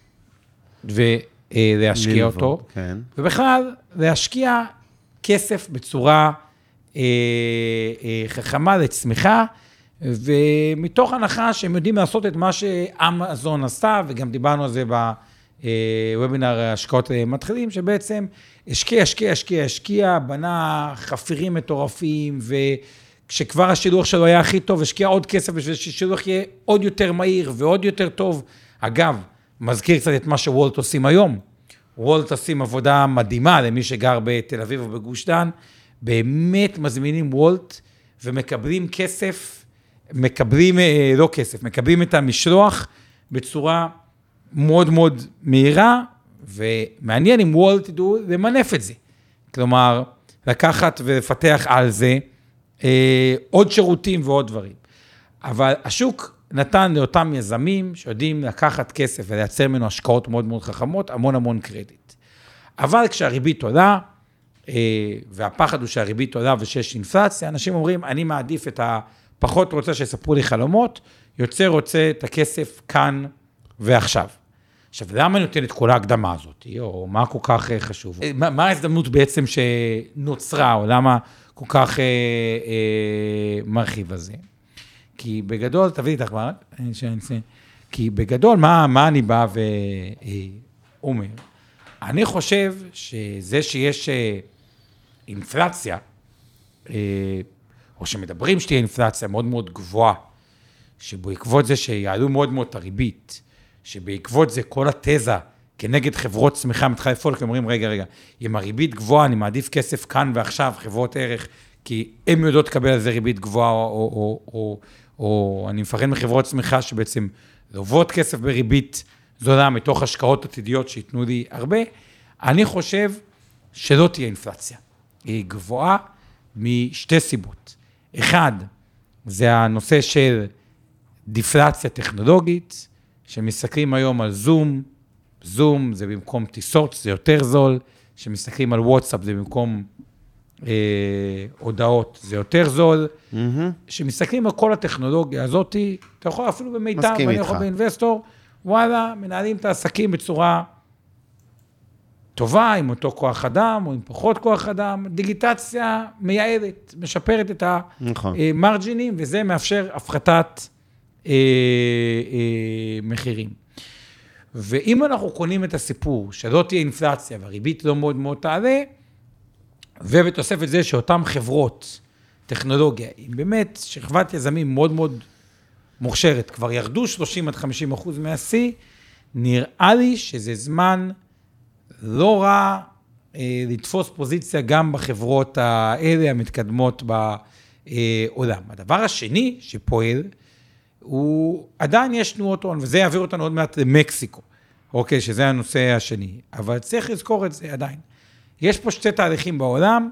ולהשקיע אותו, כן. ובכלל, להשקיע כסף בצורה אה, אה, חכמה לצמיחה, ומתוך הנחה שהם יודעים לעשות את מה שאמזון עשתה, וגם דיברנו על זה בוובינר השקעות מתחילים, שבעצם השקיע, השקיע, השקיע, השקיע, בנה חפירים מטורפים, וכשכבר השילוח שלו היה הכי טוב, השקיע עוד כסף בשביל ששילוח יהיה עוד יותר מהיר ועוד יותר טוב. אגב, מזכיר קצת את מה שוולט עושים היום. וולט עושים עבודה מדהימה למי שגר בתל אביב או בגוש דן, באמת מזמינים וולט ומקבלים כסף, מקבלים, לא כסף, מקבלים את המשלוח בצורה מאוד מאוד מהירה, ומעניין אם וולט ידעו למנף את זה. כלומר, לקחת ולפתח על זה אה, עוד שירותים ועוד דברים. אבל השוק נתן לאותם יזמים שיודעים לקחת כסף ולייצר ממנו השקעות מאוד מאוד חכמות, המון המון קרדיט. אבל כשהריבית עולה, והפחד הוא שהריבית עולה ושיש אינפלציה, אנשים אומרים, אני מעדיף את הפחות רוצה שיספרו לי חלומות, יוצא רוצה את הכסף כאן ועכשיו. עכשיו, למה אני נותן את כל ההקדמה הזאת? או מה כל כך חשוב? מה, מה ההזדמנות בעצם שנוצרה, או למה כל כך אה, אה, מרחיב הזה? כי בגדול, תביא לי תחבר, כי בגדול, מה, מה אני בא ואומר? אני חושב שזה שיש אינפלציה, או שמדברים שתהיה אינפלציה מאוד מאוד גבוהה, שבעקבות זה שיעלו מאוד מאוד את הריבית, שבעקבות זה כל התזה כנגד חברות צמיחה מתחילה לפעול, כי אומרים, רגע, רגע, אם הריבית גבוהה, אני מעדיף כסף כאן ועכשיו, חברות ערך, כי הן יודעות לקבל על זה ריבית גבוהה, או, או, או, או, או אני מפחד מחברות צמיחה שבעצם לוות כסף בריבית זולה מתוך השקעות עתידיות שיתנו לי הרבה. אני חושב שלא תהיה אינפלציה. היא גבוהה משתי סיבות. אחד, זה הנושא של דיפלציה טכנולוגית, שמסתכלים היום על זום, זום זה במקום טיסות, זה יותר זול, שמסתכלים על וואטסאפ זה במקום אה, הודעות, זה יותר זול, mm-hmm. שמסתכלים על כל הטכנולוגיה הזאת, אתה יכול אפילו במיטב, ואני יכול באינבסטור, וואלה, מנהלים את העסקים בצורה טובה, עם אותו כוח אדם, או עם פחות כוח אדם, דיגיטציה מייעלת, משפרת את המרג'ינים, וזה מאפשר הפחתת אה, אה, מחירים. ואם אנחנו קונים את הסיפור, שלא תהיה אינפלציה, והריבית לא מאוד מאוד תעלה, ובתוספת זה שאותן חברות, טכנולוגיה, אם באמת שכבת יזמים מאוד מאוד מוכשרת, כבר ירדו שלושים עד חמישים אחוז מהשיא, נראה לי שזה זמן לא רע אה, לתפוס פוזיציה גם בחברות האלה המתקדמות בעולם. הדבר השני שפועל, הוא עדיין יש תנועות הון, וזה יעביר אותנו עוד מעט למקסיקו, אוקיי, שזה הנושא השני, אבל צריך לזכור את זה עדיין. יש פה שתי תהליכים בעולם,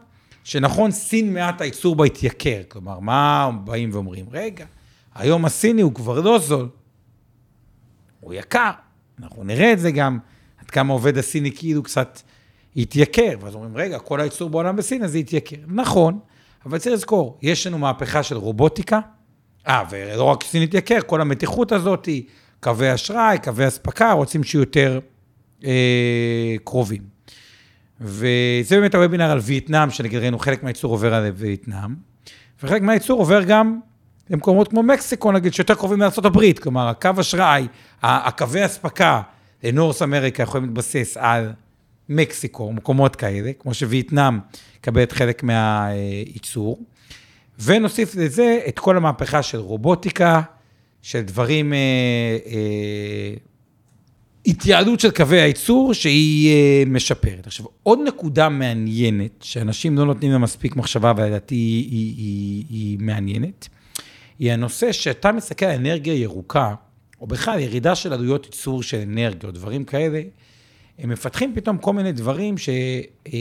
שנכון, סין מעט הייצור בה התייקר, כלומר, מה באים ואומרים? רגע, היום הסיני הוא כבר לא זול, הוא יקר, אנחנו נראה את זה גם, עד כמה עובד הסיני כאילו קצת התייקר, ואז אומרים, רגע, כל הייצור בעולם בסין, אז זה התייקר. נכון, אבל צריך לזכור, יש לנו מהפכה של רובוטיקה, אה, ולא רק סין התייקר, כל המתיחות הזאת היא, קווי אשראי, קווי הספקה, רוצים שיהיו יותר אה, קרובים. וזה באמת הוובינר על וייטנאם, שנגיד ראינו חלק מהייצור עובר על וייטנאם, וחלק מהייצור עובר גם למקומות כמו מקסיקו, נגיד, שיותר קרובים מארצות הברית, כלומר, הקו אשראי, הקווי הספקה לנורס אמריקה יכולים להתבסס על מקסיקו, מקומות כאלה, כמו שווייטנאם קבלת חלק מהייצור, ונוסיף לזה את כל המהפכה של רובוטיקה, של דברים, אה, אה, התייעלות של קווי הייצור שהיא אה, משפרת. עכשיו, עוד נקודה מעניינת, שאנשים לא נותנים לה מספיק מחשבה, ולדעתי היא, היא, היא, היא מעניינת, היא הנושא שאתה מסתכל על אנרגיה ירוקה, או בכלל ירידה של עלויות ייצור של אנרגיה, או דברים כאלה, הם מפתחים פתאום כל מיני דברים ש... אה,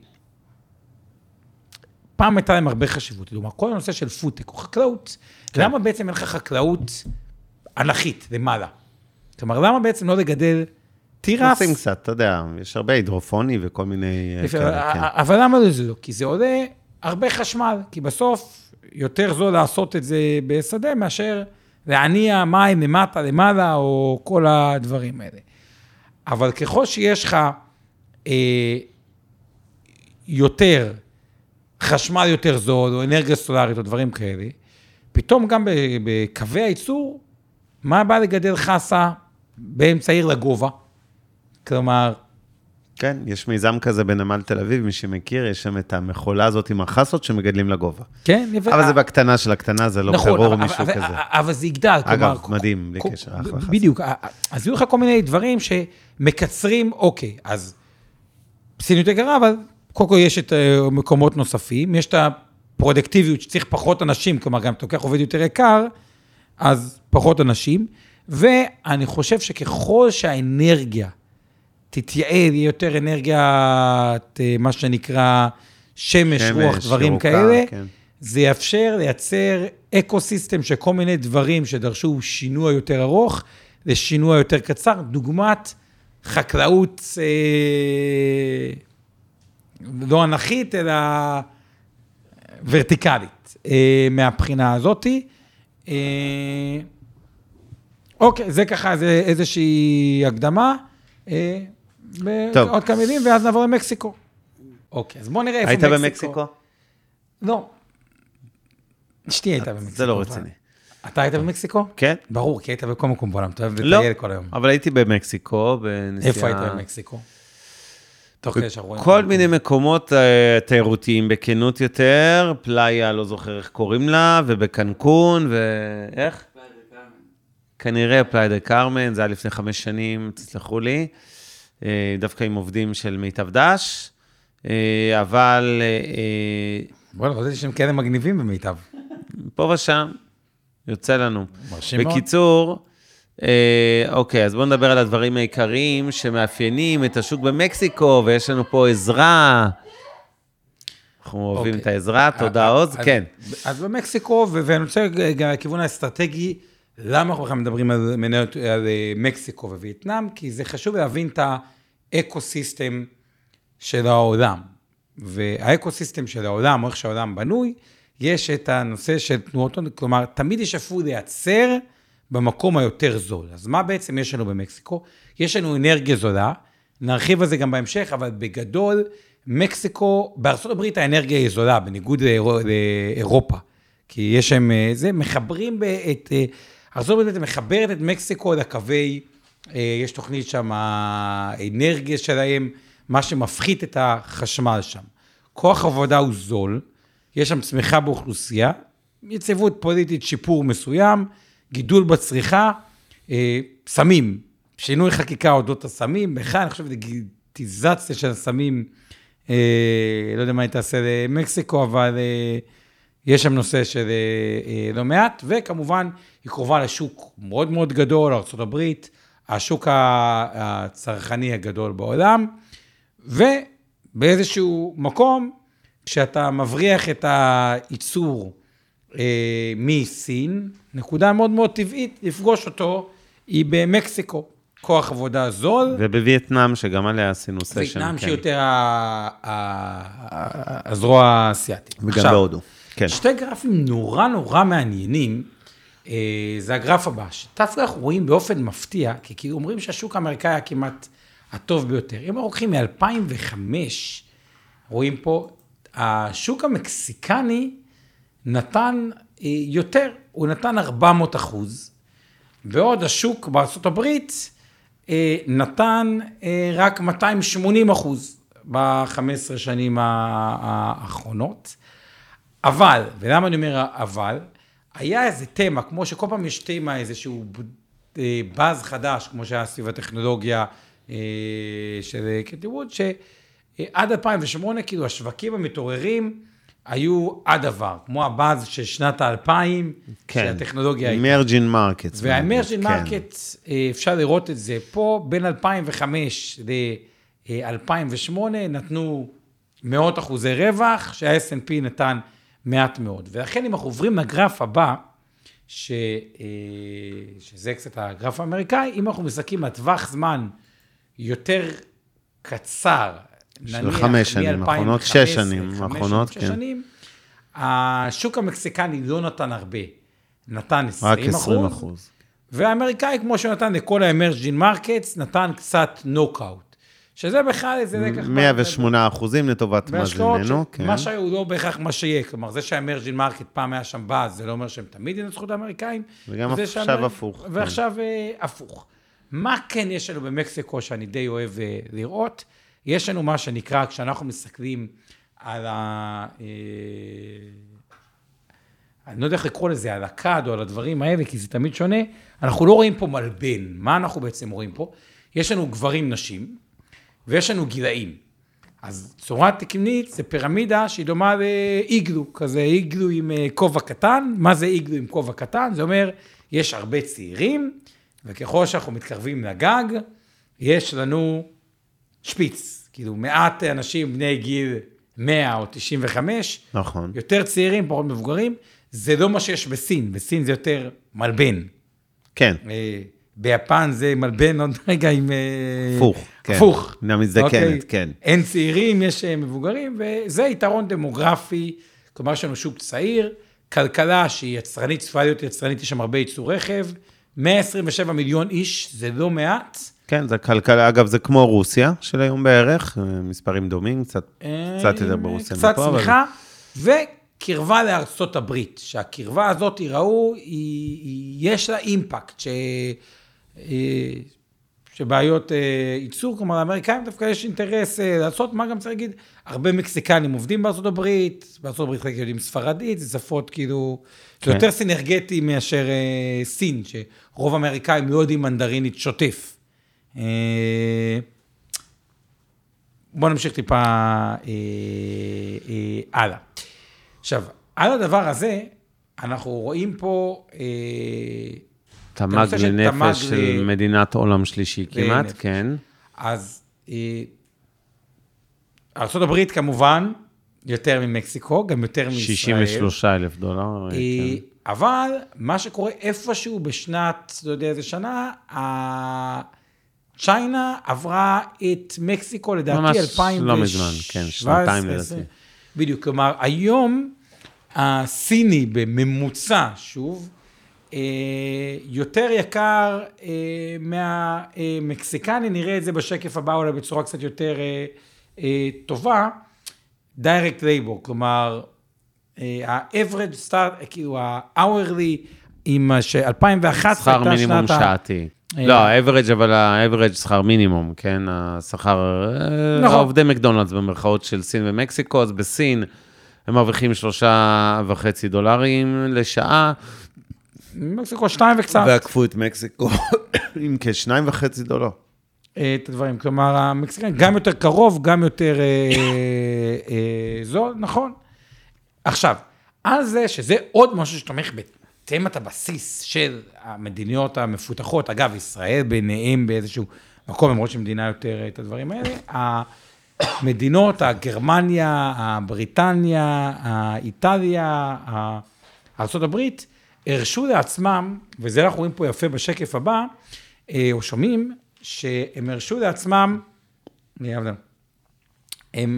פעם הייתה להם הרבה חשיבות, כלומר, כל הנושא של פודטק או חקלאות, כן. למה בעצם אין לך חקלאות אנכית למעלה? כלומר, למה בעצם לא לגדל תירס? עושים קצת, אתה יודע, יש הרבה הידרופוני וכל מיני... כאלה, כן. אבל למה זה לא? כי זה עולה הרבה חשמל, כי בסוף יותר זול לעשות את זה בשדה, מאשר להניע מים למטה, למעלה, או כל הדברים האלה. אבל ככל שיש לך אה, יותר... חשמל יותר זול, או אנרגיה סולארית, או דברים כאלה, פתאום גם בקווי הייצור, מה בא לגדל חסה באמצע עיר לגובה? כלומר... כן, יש מיזם כזה בנמל תל אביב, מי שמכיר, יש שם את המחולה הזאת עם החסות שמגדלים לגובה. כן, אבל זה בקטנה של הקטנה, זה לא ברור מישהו כזה. אבל זה יגדל. אגב, מדהים, בלי קשר. בדיוק, אז יהיו לך כל מיני דברים שמקצרים, אוקיי, אז סיניות יקרה, אבל... קודם כל יש את מקומות נוספים, יש את הפרודקטיביות שצריך פחות אנשים, כלומר גם תוקח עובד יותר יקר, אז פחות אנשים, ואני חושב שככל שהאנרגיה תתייעל, יהיה יותר אנרגיית, מה שנקרא שמש, שמש רוח, דברים ירוקה, כאלה, כן. זה יאפשר לייצר אקוסיסטם של כל מיני דברים שדרשו שינוע יותר ארוך, לשינוע יותר קצר, דוגמת חקלאות... אה, לא אנכית, אלא ורטיקלית, מהבחינה הזאת. אוקיי, זה ככה, זה איזושהי הקדמה, עוד כמה מילים, ואז נעבור למקסיקו. אוקיי, אז בואו נראה איפה מקסיקו. היית במקסיקו? לא. אשתי הייתה במקסיקו. זה לא רציני. אתה היית במקסיקו? כן. ברור, כי היית בכל מקום בעולם, אתה אוהב לטייל כל היום. אבל הייתי במקסיקו, בנסיעה... איפה היית במקסיקו? כל מיני מקומות תיירותיים, בכנות יותר, פלאיה, לא זוכר איך קוראים לה, ובקנקון, ואיך? כנראה פלאיה דה קרמן, זה היה לפני חמש שנים, תסלחו לי, דווקא עם עובדים של מיטב דש, אבל... בואו, אני חושבת שהם כאלה מגניבים במיטב. פה ושם, יוצא לנו. בקיצור... אוקיי, אז בואו נדבר על הדברים העיקריים שמאפיינים את השוק במקסיקו, ויש לנו פה עזרה. אנחנו אוהבים את העזרה, תודה עוז, כן. אז במקסיקו, ואני רוצה גם לכיוון האסטרטגי, למה אנחנו בכלל מדברים על מקסיקו ווייטנאם? כי זה חשוב להבין את האקוסיסטם של העולם. והאקוסיסטם של העולם, או איך שהעולם בנוי, יש את הנושא של תנועות, כלומר, תמיד יש אפילו לייצר, במקום היותר זול. אז מה בעצם יש לנו במקסיקו? יש לנו אנרגיה זולה, נרחיב על זה גם בהמשך, אבל בגדול, מקסיקו, בארצות הברית האנרגיה היא זולה, בניגוד לאירופה, כי יש שם, זה, מחברים את, ארצות הברית מחברת את מקסיקו לקווי, יש תוכנית שם, האנרגיה שלהם, מה שמפחית את החשמל שם. כוח עבודה הוא זול, יש שם צמיחה באוכלוסייה, יציבות פוליטית, שיפור מסוים, גידול בצריכה, סמים, שינוי חקיקה אודות הסמים, בכלל, אני חושב, דיגיטיזציה של הסמים, לא יודע מה היא תעשה למקסיקו, אבל יש שם נושא של לא מעט, וכמובן, היא קרובה לשוק מאוד מאוד גדול, ארצות הברית, השוק הצרכני הגדול בעולם, ובאיזשהו מקום, כשאתה מבריח את הייצור אה, מסין, נקודה מאוד מאוד טבעית לפגוש אותו, היא במקסיקו. כוח עבודה זול. ובווייטנאם, שגם עליה עשינו סשן. וייטנאם שהיא יותר הזרוע האסייתית. וגם בהודו. כן. שתי גרפים נורא נורא מעניינים, זה הגרף הבא, שדווקא אנחנו רואים באופן מפתיע, כי כאילו אומרים שהשוק האמריקאי היה כמעט הטוב ביותר. אם אנחנו לוקחים מ-אלפיים וחמש, רואים פה, השוק המקסיקני נתן יותר, הוא נתן ארבע מאות אחוז, ועוד השוק בארצות הברית נתן רק מאתיים ושמונים אחוז ב-חמש עשרה שנים האחרונות. אבל, ולמה אני אומר אבל, היה איזה תמה, כמו שכל פעם יש תמה, איזשהו באז חדש, כמו שהיה סביב הטכנולוגיה של קתי ווד, שעד אלפיים ושמונה, כאילו השווקים המתעוררים, היו הדבר, כמו הבאז של שנת האלפיים, כן. שהטכנולוגיה הייתה. אמרג'ין מרקט. והאמרג'ין מרקט, אפשר לראות את זה פה, בין אלפיים וחמש ל-אלפיים ושמונה, נתנו מאות אחוזי רווח, שה-אס אנד פי נתן מעט מאוד. ולכן אם אנחנו עוברים לגרף הבא, ש... שזה קצת הגרף האמריקאי, אם אנחנו מסתכלים על טווח זמן יותר קצר, של חמש שנים, האחרונות, שש שנים, האחרונות, כן. שנים, השוק המקסיקני לא נתן הרבה, נתן רק עשרים אחוז. והאמריקאי, כמו שנתן לכל האמרג'ין מרקטס, נתן קצת נוקאוט, שזה בכלל איזה לקח. מאה ושמונה אחוזים לטובת מזלנו, כן. מה שהיו לא בהכרח מה שיהיה, כלומר, זה שהאמרג'ין מרקט פעם היה שם באז, זה לא אומר שהם תמיד ינצחו את האמריקאים. וגם עכשיו הפוך. ועכשיו הפוך. מה כן יש לנו במקסיקו שאני די אוהב לראות? יש לנו מה שנקרא, כשאנחנו מסתכלים על ה... אני לא יודע איך לקרוא לזה, על הקד או על הדברים האלה, כי זה תמיד שונה. אנחנו לא רואים פה מלבן. מה אנחנו בעצם רואים פה? יש לנו גברים, נשים, ויש לנו גילאים. אז צורה תקנית זה פירמידה שהיא דומה לאיגלו, כזה איגלו עם כובע קטן. מה זה איגלו עם כובע קטן? זה אומר, יש הרבה צעירים, וככל שאנחנו מתקרבים לגג, יש לנו שפיץ, כאילו מעט אנשים בני גיל מאה או תשעים וחמש, נכון. יותר צעירים, פחות מבוגרים, זה לא מה שיש בסין, בסין זה יותר מלבן. כן. ביפן זה מלבן עוד רגע עם... הפוך, כן. הפוך. מן המזדקנת, כן. אין צעירים, יש מבוגרים, וזה יתרון דמוגרפי, כלומר יש לנו שוק צעיר, כלכלה שהיא יצרנית, צפויה להיות יצרנית, יש שם הרבה ייצור רכב, מאה עשרים ושבעה מיליון איש, זה לא מעט. כן, זה כלכלה, אגב, זה כמו רוסיה של היום בערך, מספרים דומים, קצת, קצת יותר ברוסיה. קצת צמיחה, אבל... וקרבה לארצות הברית, שהקרבה הזאת יראו, היא, היא, יש לה אימפקט, ש... שבעיות ייצור, כלומר, לאמריקאים דווקא יש אינטרס לעשות, מה גם צריך להגיד, הרבה מקסיקנים עובדים בארצות הברית, בארצות הברית חלק יודעים ספרדית, זה שפות כאילו, זה יותר סינרגטי מאשר סין, שרוב האמריקאים לא יודעים מנדרינית שוטף. בואו נמשיך טיפה הלאה. עכשיו, על הדבר הזה, אנחנו רואים פה... תמ"ג לנפש של מדינת עולם שלישי כמעט, כן. אז ארצות הברית כמובן, יותר ממקסיקו, גם יותר מישראל. שישים ושלושה אלף דולר. אבל מה שקורה איפשהו בשנת, לא יודע איזה שנה, צ'יינה עברה את מקסיקו לדעתי אלפיים ושבע עשרה. לא מזמן, כן, שנתיים לדעתי. בדיוק, כלומר, היום הסיני בממוצע, שוב, יותר יקר מהמקסיקני, נראה את זה בשקף הבא, אולי בצורה קצת יותר טובה, direct labor, כלומר, ה-average start, כאילו ה-hourly, עם אלפיים ואחת עשרה, שכר מינימום שעתי. לא, ה-average, אבל ה-average שכר מינימום, כן? השכר, עובדי מקדונלדס במרכאות של סין ומקסיקו, אז בסין הם מרוויחים שלושה וחצי דולרים לשעה, מקסיקו שתיים וקצת. ועקפו את מקסיקו עם כשניים וחצי דולר. את הדברים, כלומר, המקסיקאים גם יותר קרוב, גם יותר זול, נכון. עכשיו, על זה שזה עוד משהו שתומך בתמת הבסיס של המדיניות המפותחות, אגב, ישראל ביניהם באיזשהו מקום, למרות שמדינה יותר את הדברים האלה, מדינות, הגרמניה, הבריטניה, האיטליה, ארצות הברית, הרשו לעצמם, וזה אנחנו רואים פה יפה בשקף הבא, או שומעים, שהם הרשו לעצמם, הם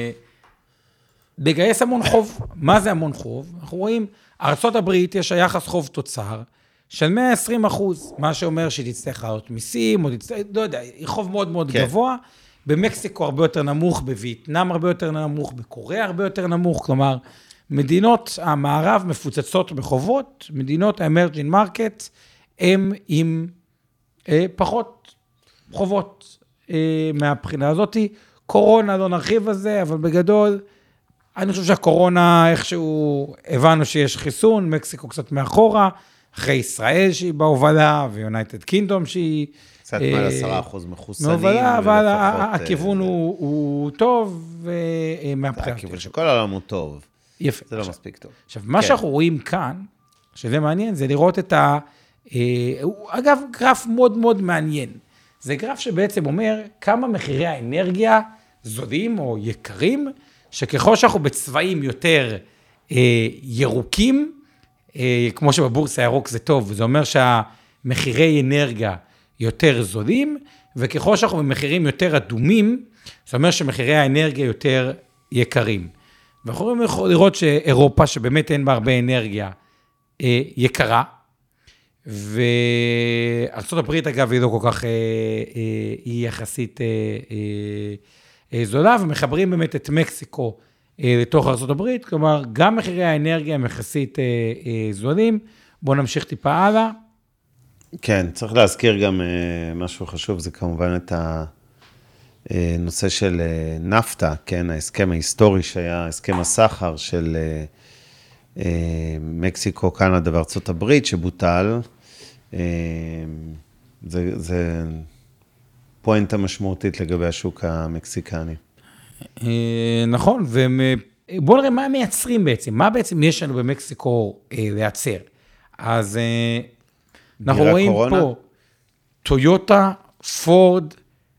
לגייס המון חוב. מה זה המון חוב? אנחנו רואים, ארצות הברית יש היחס חוב תוצר, של מאה ועשרים אחוז, מה שאומר שהיא תצטרך לעלות מיסים, או תצטרך, לא יודע, היא חוב מאוד מאוד כן. גבוה, במקסיקו הרבה יותר נמוך, בווייטנאם הרבה יותר נמוך, בקוריאה הרבה יותר נמוך, כלומר, מדינות המערב מפוצצות בחובות, מדינות האמרג'ינג מרקט, הם עם אה, פחות חובות אה, מהבחינה הזאת, קורונה, לא נרחיב על זה, אבל בגדול, אני חושב שהקורונה, איכשהו הבנו שיש חיסון, מקסיקו קצת מאחורה, אחרי ישראל שהיא בהובלה, ויונייטד קינדום שהיא... קצת מעל עשרה אחוז מחוסנים. מהובלה, אבל הכיוון הוא טוב, ומהבחינה. הכיוון שכל העולם הוא טוב. יפה. זה לא מספיק טוב. עכשיו, מה שאנחנו רואים כאן, שזה מעניין, זה לראות את ה... אגב, גרף מאוד מאוד מעניין. זה גרף שבעצם אומר כמה מחירי האנרגיה זולים או יקרים, שככל שאנחנו בצבעים יותר ירוקים, כמו שבבורסה הירוק זה טוב, זה אומר שהמחירי אנרגיה יותר זולים, וככל שאנחנו במחירים יותר אדומים, זה אומר שמחירי האנרגיה יותר יקרים. ואנחנו יכולים לראות שאירופה, שבאמת אין בה הרבה אנרגיה, יקרה, וארצות הברית אגב היא לא כל כך, היא יחסית זולה, ומחברים באמת את מקסיקו לתוך ארצות הברית, כלומר גם מחירי האנרגיה הם יחסית זולים. בואו נמשיך טיפה הלאה. כן, צריך להזכיר גם משהו חשוב, זה כמובן את הנושא של נפטה, כן, ההסכם ההיסטורי שהיה, הסכם הסחר של מקסיקו, קנדה וארצות הברית שבוטל, זה, זה פואנטה משמעותית לגבי השוק המקסיקני. נכון, ובואו נראה מה מייצרים בעצם, מה בעצם יש לנו במקסיקו לייצר. אז אנחנו רואים פה טויוטה, פורד,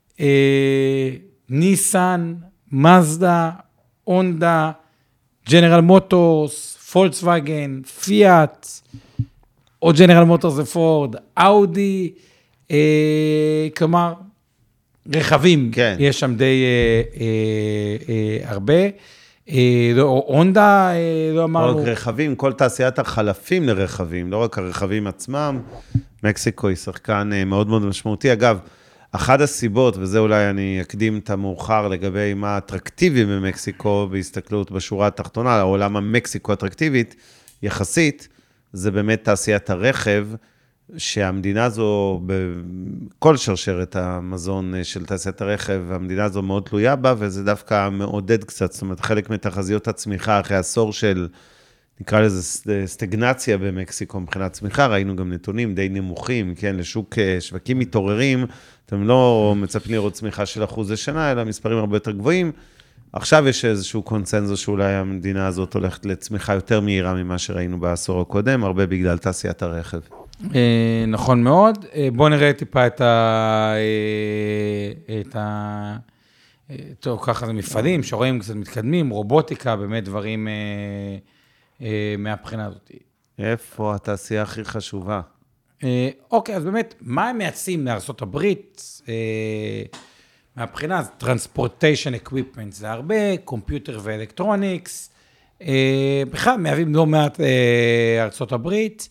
ניסן, מזדה, הונדה, ג'נרל מוטורס, פולקסווגן, פיאט, או ג'נרל מוטורס ופורד, אאודי, כלומר, רכבים, כן. יש שם די אה, אה, אה, הרבה, אה, לא, הונדה, אה, לא אמרנו. לא רק רכבים, כל תעשיית החלפים לרכבים, לא רק הרכבים עצמם, מקסיקו היא שחקן אה, מאוד מאוד משמעותי. אגב, אחת הסיבות, וזה אולי אני אקדים את המאוחר לגבי מה אטרקטיבי במקסיקו, בהסתכלות בשורה התחתונה, העולם המקסיקו אטרקטיבית, יחסית, זה באמת תעשיית הרכב, שהמדינה הזו, בכל שרשרת המזון של תעשיית הרכב, המדינה הזו מאוד תלויה בה, וזה דווקא מעודד קצת, זאת אומרת, חלק מתחזיות הצמיחה, אחרי עשור של, נקרא לזה סטגנציה במקסיקו, מבחינת צמיחה, ראינו גם נתונים די נמוכים, כן, לשוק שווקים מתעוררים, אתם לא מצפים לראות צמיחה של אחוז לשנה, אלא מספרים הרבה יותר גבוהים, עכשיו יש איזשהו קונצנזוס שאולי המדינה הזאת הולכת לצמיחה יותר מהירה ממה שראינו בעשור הקודם, הרבה בגלל תעשיית הרכב. נכון מאוד. בואו נראה טיפה את ה... את ה... טוב, ככה זה מפעלים, שרואים קצת מתקדמים, רובוטיקה, באמת דברים מהבחינה הזאת. איפה התעשייה הכי חשובה? אוקיי, אז באמת, מה הם מייצאים לארצות הברית? מהבחינה, אז Transportation Equipment זה הרבה, Computer ואלקטרוניקס, בכלל מהווים לא מעט ארצות הברית,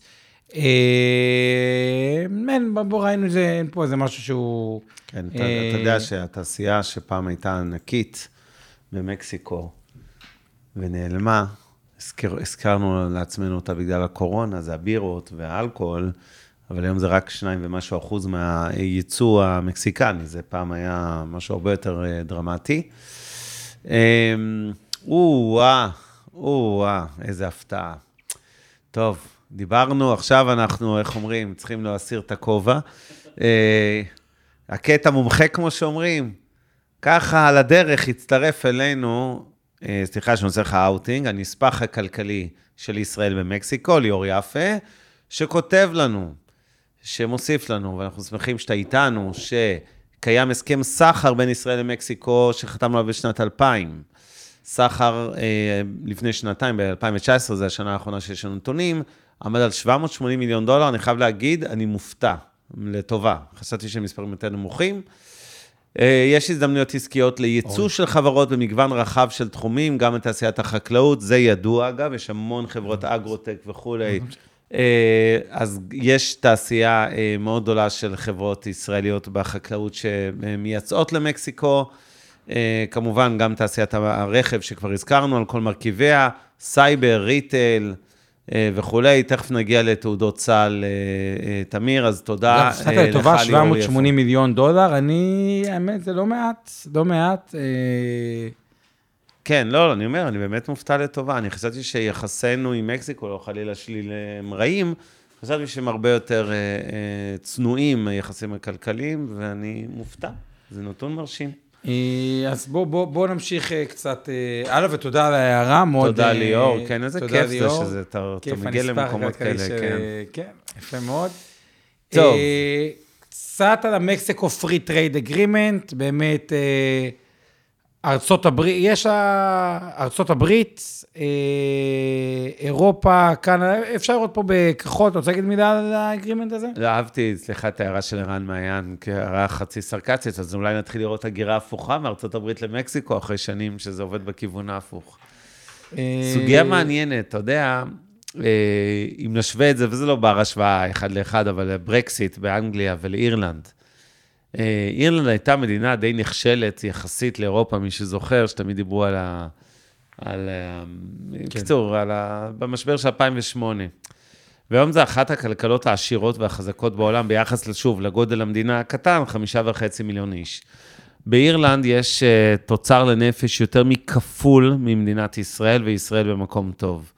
אין, בוא ראינו את זה, אין פה איזה משהו שהוא... כן, אתה יודע שהתעשייה שפעם הייתה ענקית במקסיקו ונעלמה, הזכרנו לעצמנו אותה בגלל הקורונה, זה הבירות והאלכוהול, אבל היום זה רק שניים ומשהו אחוז מהייצוא המקסיקני, זה פעם היה משהו הרבה יותר דרמטי. או-אה, או-אה, איזה הפתעה. טוב, דיברנו, עכשיו אנחנו, איך אומרים, צריכים להסיר את הכובע. הקטע מומחה, כמו שאומרים, ככה על הדרך הצטרף אלינו, סליחה שאני עושה לך אאוטינג, הנספח הכלכלי של ישראל במקסיקו, ליאור יפה, שכותב לנו, שמוסיף לנו, ואנחנו שמחים שאתה איתנו, קיים הסכם סחר בין ישראל למקסיקו, שחתמנו עליו בשנת אלפיים. סחר לפני שנתיים, ב-אלפיים תשע עשרה, זו השנה האחרונה שיש לנו נתונים, עמד על שבע מאות ושמונים מיליון דולר, אני חייב להגיד, אני מופתע, לטובה. חשבתי שהם מספרים יותר נמוכים. יש הזדמנויות עסקיות לייצוא של חברות במגוון רחב של תחומים, גם בתעשיית החקלאות, זה ידוע אגב, יש המון חברות אגרוטק וכולי. אז יש תעשייה מאוד גדולה של חברות ישראליות בחקלאות שמייצאות למקסיקו, כמובן גם תעשיית הרכב שכבר הזכרנו על כל מרכיביה, סייבר, ריטייל וכולי, תכף נגיע לתעודות צה"ל, תמיר, אז תודה. הפסקת לטובה שבע מאות ושמונים מיליון דולר, אני, האמת, זה לא מעט, לא מעט. כן, לא, אני אומר, אני באמת מופתע לטובה, אני חשבתי שיחסנו עם מקסיקו, לא חלילה שלי למראים, חשבתי שהם הרבה יותר צנועים, יחסים הכלכליים, ואני מופתע, זה נתון מרשים. אז בוא, בוא, בוא נמשיך קצת, הלאה, ותודה על ההערה, מאוד... תודה ליאור, כן, איזה כיף זה שזה, אתה מגיע למקומות כאלה, כן. כן, יפה מאוד. טוב. קצת על המקסיקו פרי טרייד אגרימנט, באמת, ארצות הברית, יש ארצות הברית, אירופה, כאן, אפשר לראות פה בכחול, אתה רוצה להגיד מילה על האגרימנט הזה? לא, אהבתי, סליחה, את ההערה של ערן מעיין, כהערה חצי סרקצית, אז אולי נתחיל לראות הגירה הפוכה מארצות הברית למקסיקו, אחרי שנים שזה עובד בכיוון ההפוך. סוגיה מעניינת, אתה יודע, אם נשווה את זה, וזה לא בר השוואה אחד לאחד, אבל ברקסיט באנגליה ולאירלנד, אירלנד הייתה מדינה די נכשלת יחסית לאירופה, מי שזוכר, שתמיד דיברו על ה... על ה... קיצור, על ה... במשבר של אלפיים ושמונה. והיום זה אחת הכלכלות העשירות והחזקות בעולם, ביחס לשוב, לגודל המדינה הקטן, חמישה וחצי מיליון איש. באירלנד יש תוצר לנפש יותר מכפול ממדינת ישראל, וישראל במקום טוב.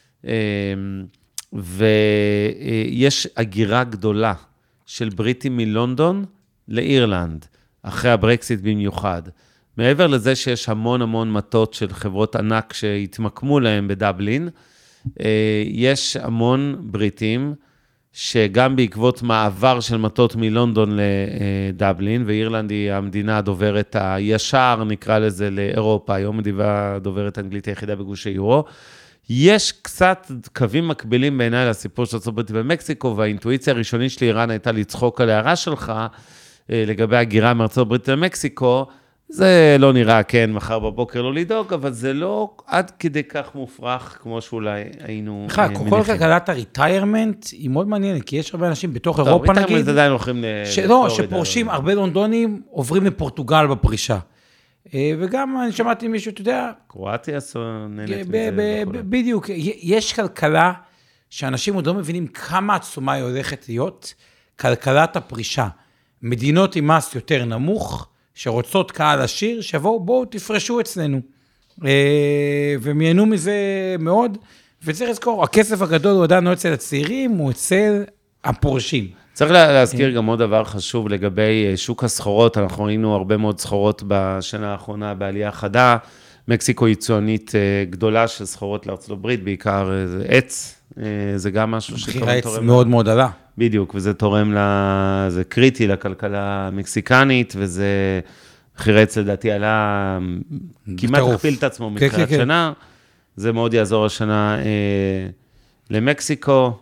ויש הגירה גדולה של בריטים מלונדון, לאירלנד, אחרי הברקסיט במיוחד. מעבר לזה שיש המון המון מטות של חברות ענק שהתמקמו להם בדבלין, יש המון בריטים שגם בעקבות מעבר של מטות מלונדון לדבלין, ואירלנד היא המדינה הדוברת הישר, נקרא לזה לאירופה, היום מדיבה הדוברת האנגלית היחידה בגוש היורו, יש קצת קווים מקבילים בעיניי לסיפור של ארצות הברית במקסיקו, והאינטואיציה הראשונית שלי, ערן, הייתה לצחוק על ההערה שלך, לגבי הגירה מארצות הברית למקסיקו, זה לא נראה, כן, מחר בבוקר לא לדאוג, אבל זה לא עד כדי כך מופרך, כמו שאולי היינו מניחים. כל כלכלת הריטיירמנט היא מאוד מעניינת, כי יש הרבה אנשים בתוך אירופה, נגיד, ריטיירמנט עדיין הולכים לא, שפורשים, הרבה לונדונים עוברים לפורטוגל בפרישה. וגם אני שמעתי מישהו, אתה יודע... קרואטיה נהנית מזה. בדיוק, יש כלכלה שאנשים עוד לא מבינים כמה עצומה היא הולכת להיות, כלכלת הפרישה. מדינות עם מס יותר נמוך, שרוצות קהל עשיר, שבואו, בואו תפרשו אצלנו. והם ייהנו מזה מאוד, וצריך לזכור, הכסף הגדול הוא עדיין לא אצל הצעירים, הוא אצל הפורשים. צריך להזכיר גם עוד דבר חשוב לגבי שוק הסחורות, אנחנו ראינו הרבה מאוד סחורות בשנה האחרונה בעלייה חדה, מקסיקו היא צוענית גדולה של סחורות לארצות הברית, בעיקר עץ, זה גם משהו שתורם. עץ מאוד מאוד עלה. בדיוק, וזה תורם, לה, זה קריטי לכלכלה המקסיקנית, וזה מחיר עץ לדעתי עלה, כמעט הכפיל את עצמו מתחילת שנה, זה מאוד יעזור השנה למקסיקו,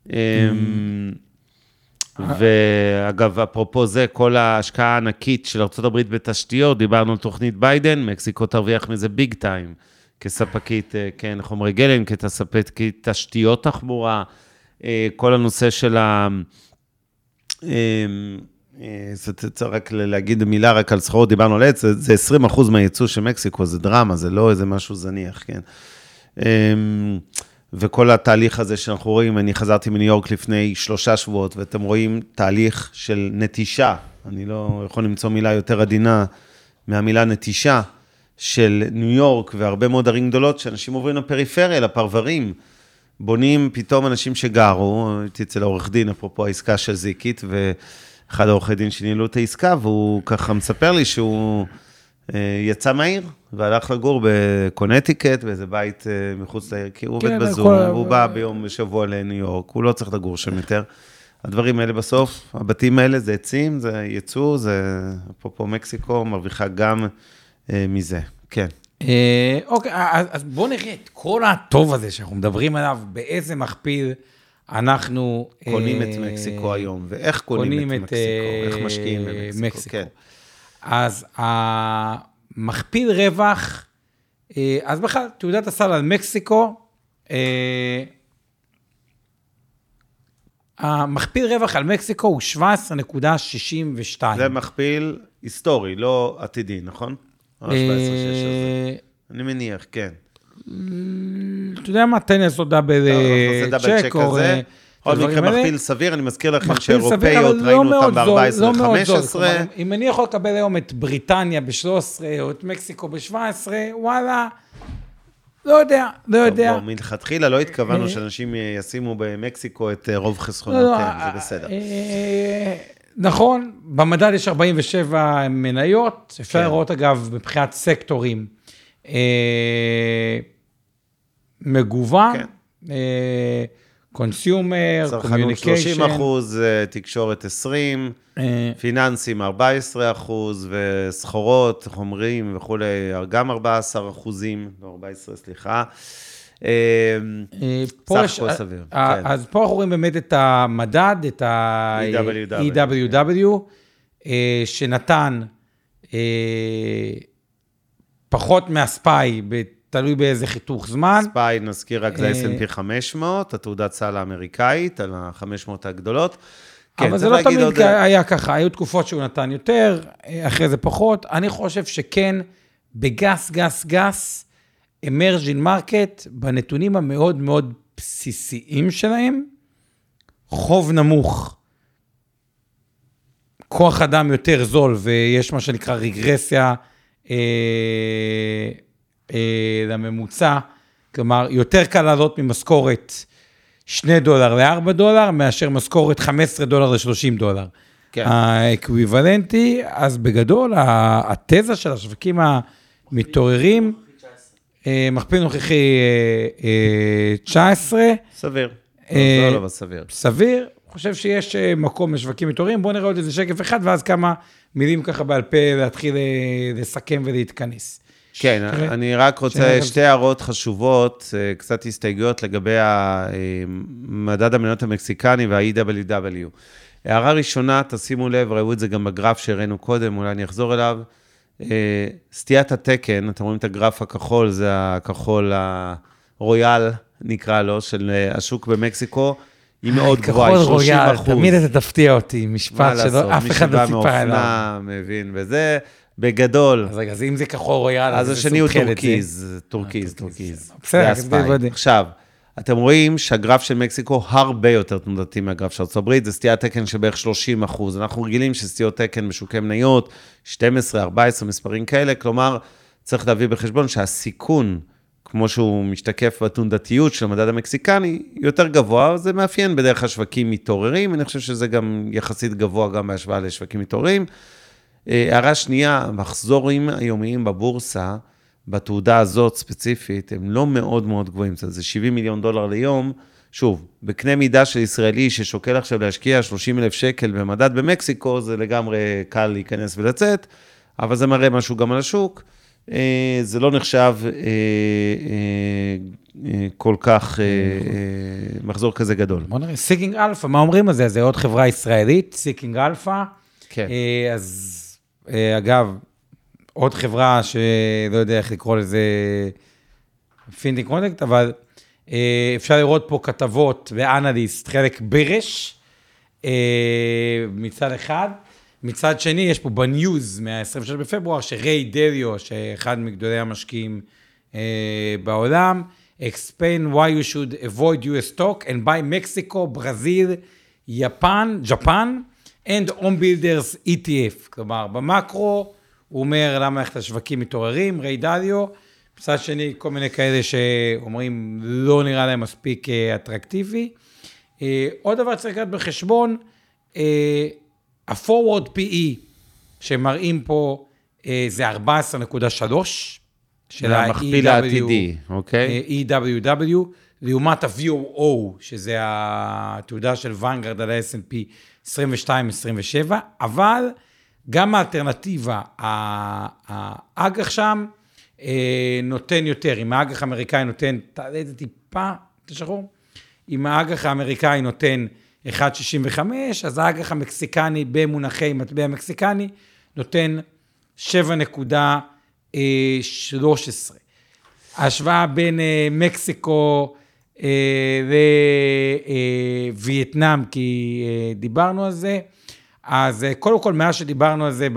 ואגב, אפרופו זה, כל ההשקעה הענקית של ארצות הברית בתשתיות, דיברנו על תוכנית ביידן, מקסיקו תרוויח מזה ביג טיים, כספקית, כן, חומרי גלם, כספקית תשתיות תחבורה, כל הנושא של ה... זה צריך רק להגיד מילה רק על סחורות, דיברנו על עץ, זה עשרים אחוז מהייצוא של מקסיקו, זה דרמה, זה לא איזה משהו זניח, כן. וכל התהליך הזה שאנחנו רואים, אני חזרתי מניו יורק לפני שלושה שבועות, ואתם רואים תהליך של נטישה, אני לא יכול למצוא מילה יותר עדינה מהמילה נטישה, של ניו יורק והרבה מאוד ערים גדולות, שאנשים עוברים לפריפריה, לפרברים, בונים פתאום אנשים שגרו, הייתי אצל העורך דין, אפרופו העסקה של זיקית, ואחד העורכי דין שניהלו את העסקה, והוא ככה מספר לי שהוא יצא מהעיר, והלך לגור בקונטיקט, באיזה בית מחוץ לעיר, כי הוא עובד בזום, והוא בא ביום בשבוע לניו יורק, הוא לא צריך לגור שם יותר, הדברים האלה בסוף, הבתים האלה זה עצים, זה ייצוא, זה אפרופו מקסיקו, מרוויחה גם אה, מזה, כן. אה, אוקיי, אז, אז בואו נראה את כל הטוב הזה שאנחנו מדברים עליו, באיזה מכפיל אנחנו... קונים אה, את מקסיקו היום, ואיך קונים, קונים את, את מקסיקו, אה, איך משקיעים במקסיקו, מקסיקו. כן. אז המכפיל רווח, אה, אז בכלל, תעודת הסל על מקסיקו, אה, המכפיל רווח על מקסיקו הוא שבע עשרה נקודה שישים ושתיים. זה מכפיל היסטורי, לא עתידי, נכון? שבע עשרה שש הזה. אני מניח, כן. אתה יודע מה, תן לעשות דאבל צ'ק, או... עוד מקרה מכפיל סביר, אני מזכיר לכם שאירופאיות, ראינו אותם ב-ארבע עשרה חמש עשרה. אם אני יכול לקבל היום את בריטניה ב-שלוש עשרה, או את מקסיקו ב-שבע עשרה, וואלה, לא יודע, לא יודע. מלכתחילה לא התכוונו שאנשים ישימו במקסיקו את רוב חסכונותיהם, זה בסדר. נכון, במדד יש ארבעים ושבע מניות, אפשר לראות אגב מבחינת סקטורים מגוון, קונסיומר, צרכנות שלושים אחוז, תקשורת עשרים, פיננסים ארבע עשרה אחוז, וסחורות, חומרים וכו', גם ארבע עשרה אחוזים, לא ארבע עשרה, סליחה. סך הכל סביר. אז פה אנחנו רואים באמת את המדד, את ה-E W W, שנתן פחות מהספאי, תלוי באיזה חיתוך זמן. ספאי, נזכיר רק זה אס אנד פי חמש מאות, התעודת סל האמריקאית, על ה-חמש מאות הגדולות. אבל זה לא תמיד היה ככה, היו תקופות שהוא נתן יותר, אחרי זה פחות. אני חושב שכן, בגס, גס, גס, אמרג'ינג מרקט, בנתונים המאוד מאוד בסיסיים שלהם, חוב נמוך, כוח אדם יותר זול, ויש מה שנקרא רגרסיה אה, אה, לממוצע, כלומר, יותר קל לעלות ממשכורת שני דולר לארבע דולר, מאשר משכורת חמישה עשר דולר לשלושים דולר. כן. האקוויוולנטי, אז בגדול, התזה של השווקים המתעוררים, מכפיל נוכחי תשע עשרה. סביר. לא, לא, סביר. סביר. חושב שיש מקום לשווקים מתעוררים. בואו נראה עוד איזה שקף אחד, ואז כמה מילים ככה בעל פה להתחיל לסכם ולהתכנס. כן, אני רק רוצה שתי הערות חשובות, קצת הסתייגויות לגבי מדד המניות המקסיקני וה-E W W. הערה ראשונה, תשימו לב, ראו את זה גם בגרף שהראינו קודם, אולי אני אחזור אליו, סטיית התקן, אתם רואים את הגרף הכחול, זה הכחול הרויאל, נקרא לו, של השוק במקסיקו, היא מאוד גבוהה, שלושים אחוז. תמיד אתה תפתיע אותי, משפט שלא, אף אחד לא ציפה אליו. מבין, וזה בגדול. אז רגע, אז אם זה כחול רויאל, אז השני הוא טורקיז, טורקיז, טורקיז. בסדר, עכשיו, אתם רואים שהגרף של מקסיקו הרבה יותר תנודתי מהגרף של ארצות הברית, זה סטיית תקן של בערך שלושים אחוז. אנחנו רגילים שסטיות תקן בשוקי מניות, שתים עשרה, ארבע עשרה מספרים כאלה, כלומר, צריך להביא בחשבון שהסיכון, כמו שהוא משתקף בתנודתיות של המדד המקסיקני, יותר גבוה, זה מאפיין בדרך השווקים מתעוררים, אני חושב שזה גם יחסית גבוה גם בהשוואה לשווקים מתעוררים. הערה שנייה, המחזורים היומיים בבורסה, בתעודה הזאת ספציפית, הם לא מאוד מאוד גבוהים, זה שבעים מיליון דולר ליום, שוב, בקנה מידה של ישראלי ששוקל עכשיו להשקיע שלושים אלף שקל במדד במקסיקו, זה לגמרי קל להיכנס ולצאת, אבל זה מראה משהו גם על השוק, זה לא נחשב כל כך מחזור כזה גדול. בוא נראה, סיקינג אלפא, מה אומרים על זה? זה עוד חברה ישראלית, סיקינג אלפא, כן. אז אגב, עוד חברה שלא יודע איך לקרוא לזה פינטק קונטקט, אבל אפשר לראות פה כתבות ואנליסט, חלק ברש, מצד אחד. מצד שני, יש פה בניוז מה-עשרים ושלושה בפברואר, שריי דריו, שאחד מגדולי המשקיעים בעולם, explain why you should avoid U S stock and buy Mexico, Brazil, יפן, ג'פן, and home builders E T F. כלומר, במקרו, הוא אומר למה איך את השווקים מתעוררים, ריי דריו, מצד שני, כל מיני כאלה שאומרים, לא נראה להם מספיק אטרקטיבי. עוד דבר צריך לקחת בחשבון, ה-forward P E שמראים פה, זה ארבע עשרה נקודה שלוש, של המכפיל העתידי, אוקיי? E W W, לעומת ה-וי או או, שזה התעודה של ונגרד על ה-אס אנד פי עשרים ושתיים עשרים ושבע, אבל גם האלטרנטיבה, האג"ח שם נותן יותר, אם האג"ח האמריקאי נותן, תעלה את זה טיפה, תשחרור, אם האג"ח האמריקאי נותן אחת נקודה שישים וחמש, אז האג"ח המקסיקני במונחי מטבע מקסיקני נותן שבע נקודה שלוש עשרה. ההשוואה בין מקסיקו לווייטנאם, כי דיברנו על זה, אז קודם כל, מאז שדיברנו על זה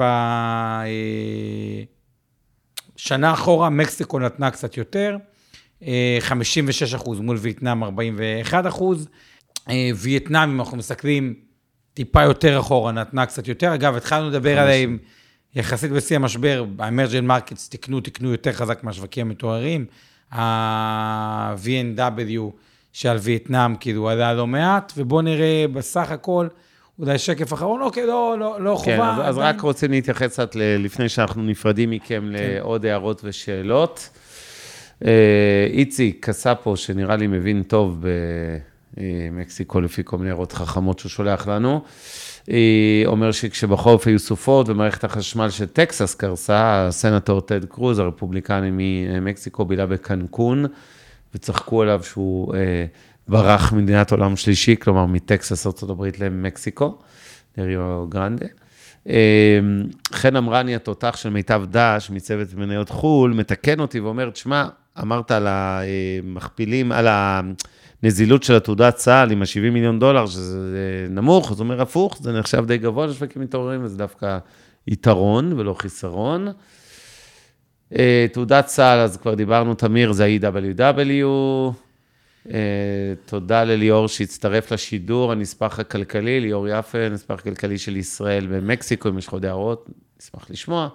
בשנה אחורה, מקסיקו נתנה קצת יותר, חמישים ושש אחוז מול וייטנאם ארבעים ואחד אחוז, וייטנאם, אם אנחנו מסתכלים טיפה יותר אחורה, נתנה קצת יותר, אגב, התחלנו לדבר עליהם, יחסית בשיא המשבר, ה-Emerging Markets תקנו, תקנו יותר חזק מהשווקים המתוארים, ה-וי אן דאבליו שעל וייטנאם, כאילו, עלה לא מעט, ובואו נראה בסך הכל, אולי שקף אחרון, אוקיי, לא, לא, לא חובה. כן, אז, אז רק רוצים להתייחס קצת לפני שאנחנו נפרדים מכם כן. לעוד הערות ושאלות. איציק קספו, שנראה לי מבין טוב במקסיקו, לפי כל מיני הערות חכמות שהוא שולח לנו, אומר שכשבחורף היו סופות ומערכת החשמל של טקסס קרסה, הסנטור טד קרוז, הרפובליקני ממקסיקו, בילה בקנקון, וצחקו עליו שהוא ברח מדינת עולם שלישי, כלומר מטקסס ארצות הברית למקסיקו, לריו גרנדה. חן אמרני, התותח של מיטב דש, מצוות מניות חול, מתקן אותי ואומר, תשמע, אמרת על המכפילים, על הנזילות של התעודת צה"ל עם ה-שבעים מיליון דולר, שזה נמוך, זאת אומרת הפוך, זה נחשב די גבוה לשווקים מתעוררים, וזה דווקא יתרון ולא חיסרון. תעודת צה"ל, אז כבר דיברנו, תמיר, זה ה-אי דאבליו דאבליו, תודה לליאור שהצטרף לשידור, הנספח הכלכלי, ליאור יפה, הנספח הכלכלי של ישראל במקסיקו, אם יש עוד הערות, נשמח לשמוע.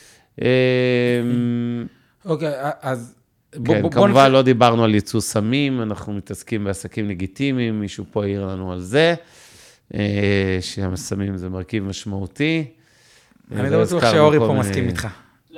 אוקיי, אז... כן, כמובן לא דיברנו על ייצוא סמים, אנחנו מתעסקים בעסקים לגיטימיים, מישהו פה העיר לנו על זה, שהסמים זה מרכיב משמעותי. אני לא בטוח שאורי פה מסכים איתך.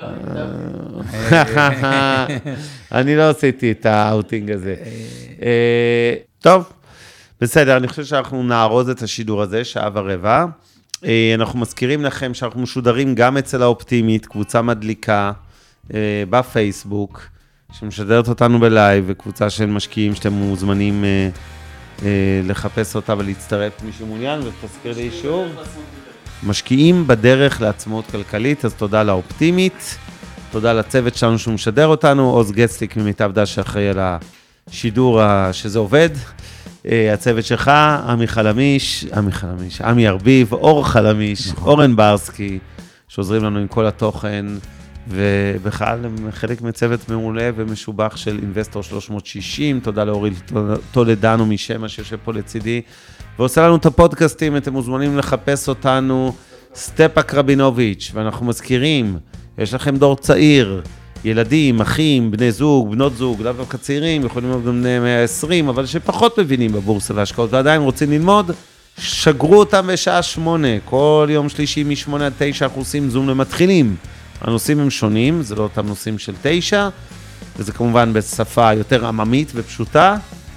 אני לא עשיתי את האוטינג הזה. טוב, בסדר, אני חושב שאנחנו נערוז את השידור הזה, שעה ורבע. אנחנו מזכירים לכם שאנחנו משודרים גם אצל האופטימית, קבוצה מדליקה בפייסבוק, שמשדרת אותנו בלייב, וקבוצה של משקיעים שאתם מוזמנים לחפש אותה ולהצטרף מי שמעוניין, ותזכיר לי אישור. משקיעים בדרך לעצמאות כלכלית, אז תודה לאופטימית, תודה לצוות שלנו שהוא משדר אותנו, עוז גצליק ממיטב דש שאחראי על השידור שזה עובד, הצוות שלך, עמי חלמיש, עמי חלמיש, עמי ארביב, אור חלמיש, אורן ברסקי, שעוזרים לנו עם כל התוכן, ובכלל הם חלק מצוות מעולה ומשובח של אינבסטור שלוש מאות שישים, תודה לאורי תולדנו משמה שיושב פה לצידי, ועושה לנו את הפודקאסטים, אתם מוזמנים לחפש אותנו, סטפאק רבינוביץ', ואנחנו מזכירים, יש לכם דור צעיר, ילדים, אחים, בני זוג, בנות זוג, לאו דווקא צעירים, יכולים להיות גם בני מאה ועשרים, אבל שפחות מבינים בבורסה והשקעות, ועדיין רוצים ללמוד, שגרו אותם בשעה שמונה, כל יום שלישי משמונה עד תשע, אנחנו עושים זום למתחילים. הנושאים הם שונים, זה לא אותם נושאים של תשע, וזה כמובן בשפה יותר עממית ופשוטה.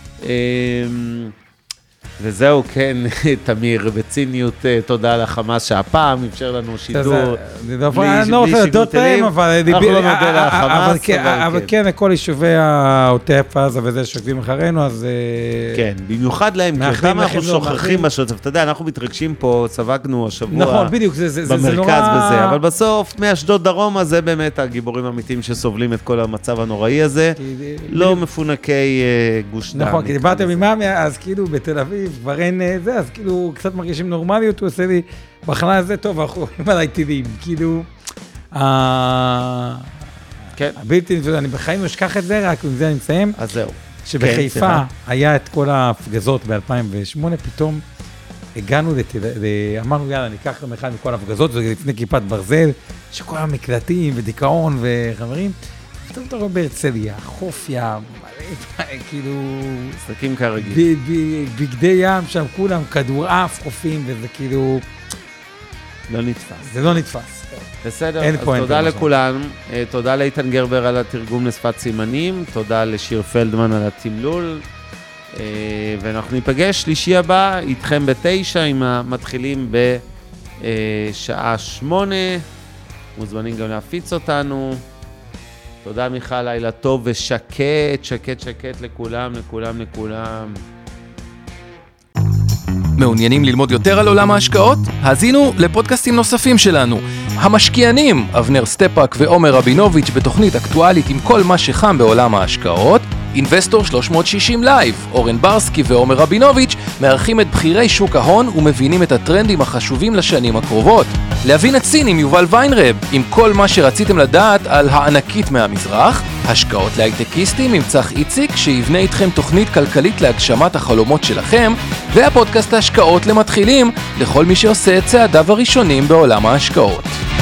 וזהו, כן, תמיר, בציניות, תודה לחמאס שהפעם אפשר לנו שידור. אני לא רוצה לדעות להם, אבל כן, כל יישובי העוטף עזה וזה שוקבים אחרינו, אז... כן, במיוחד להם, כי כמה אנחנו שוכחים בשוטף, אתה יודע, אנחנו מתרגשים פה, צווגנו השבוע... נכון, בדיוק, זה נורא... במרכז וזה, אבל בסוף, מאשדוד דרומה, זה באמת הגיבורים האמיתיים שסובלים את כל המצב הנוראי הזה, לא מפונקי גוש דן. נכון, כי דיברתם ממאמי, אז כאילו בתל אביב, כבר אין זה, אז כאילו קצת מרגישים נורמליות, הוא עושה לי, בחנה הזה טוב, אנחנו רואים עליי טילים, כאילו, הבלתי, אני בחיים משכח את זה, רק עם זה אני מסיים, אז זהו. שבחיפה היה את כל ההפגזות ב-אלפיים ושמונה, פתאום הגענו, אמרנו יאללה, ניקח גם אחד מכל ההפגזות, זה לפני כיפת ברזל, שכל המקלטים ודיכאון וחברים, פתאום אתה רואה בהרצליה, חוף ים, כאילו... משחקים כרגיל. בגדי ים שם, כולם כדורעף חופים, וזה כאילו... לא נתפס. זה לא נתפס. בסדר, אז תודה לכולם. תודה לאיתן גרבר על התרגום לשפת סימנים, תודה לשיר פלדמן על התמלול, ואנחנו ניפגש שלישי הבא איתכם בתשע, עם המתחילים בשעה שמונה, מוזמנים גם להפיץ אותנו. תודה מיכל, לילה טוב ושקט, שקט, שקט לכולם, לכולם, לכולם. מעוניינים ללמוד יותר על עולם ההשקעות? האזינו לפודקאסטים נוספים שלנו. המשקיענים, אבנר סטפאק ועומר רבינוביץ' בתוכנית אקטואלית עם כל מה שחם בעולם ההשקעות. אינבסטור שלוש מאות שישים לייב, אורן ברסקי ועומר רבינוביץ' מארחים את בחירי שוק ההון ומבינים את הטרנדים החשובים לשנים הקרובות. להבין את סין עם יובל ויינרב, עם כל מה שרציתם לדעת על הענקית מהמזרח. השקעות להייטקיסטים עם צח איציק, שיבנה איתכם תוכנית כלכלית להגשמת החלומות שלכם. והפודקאסט ההשקעות למתחילים, לכל מי שעושה את צעדיו הראשונים בעולם ההשקעות.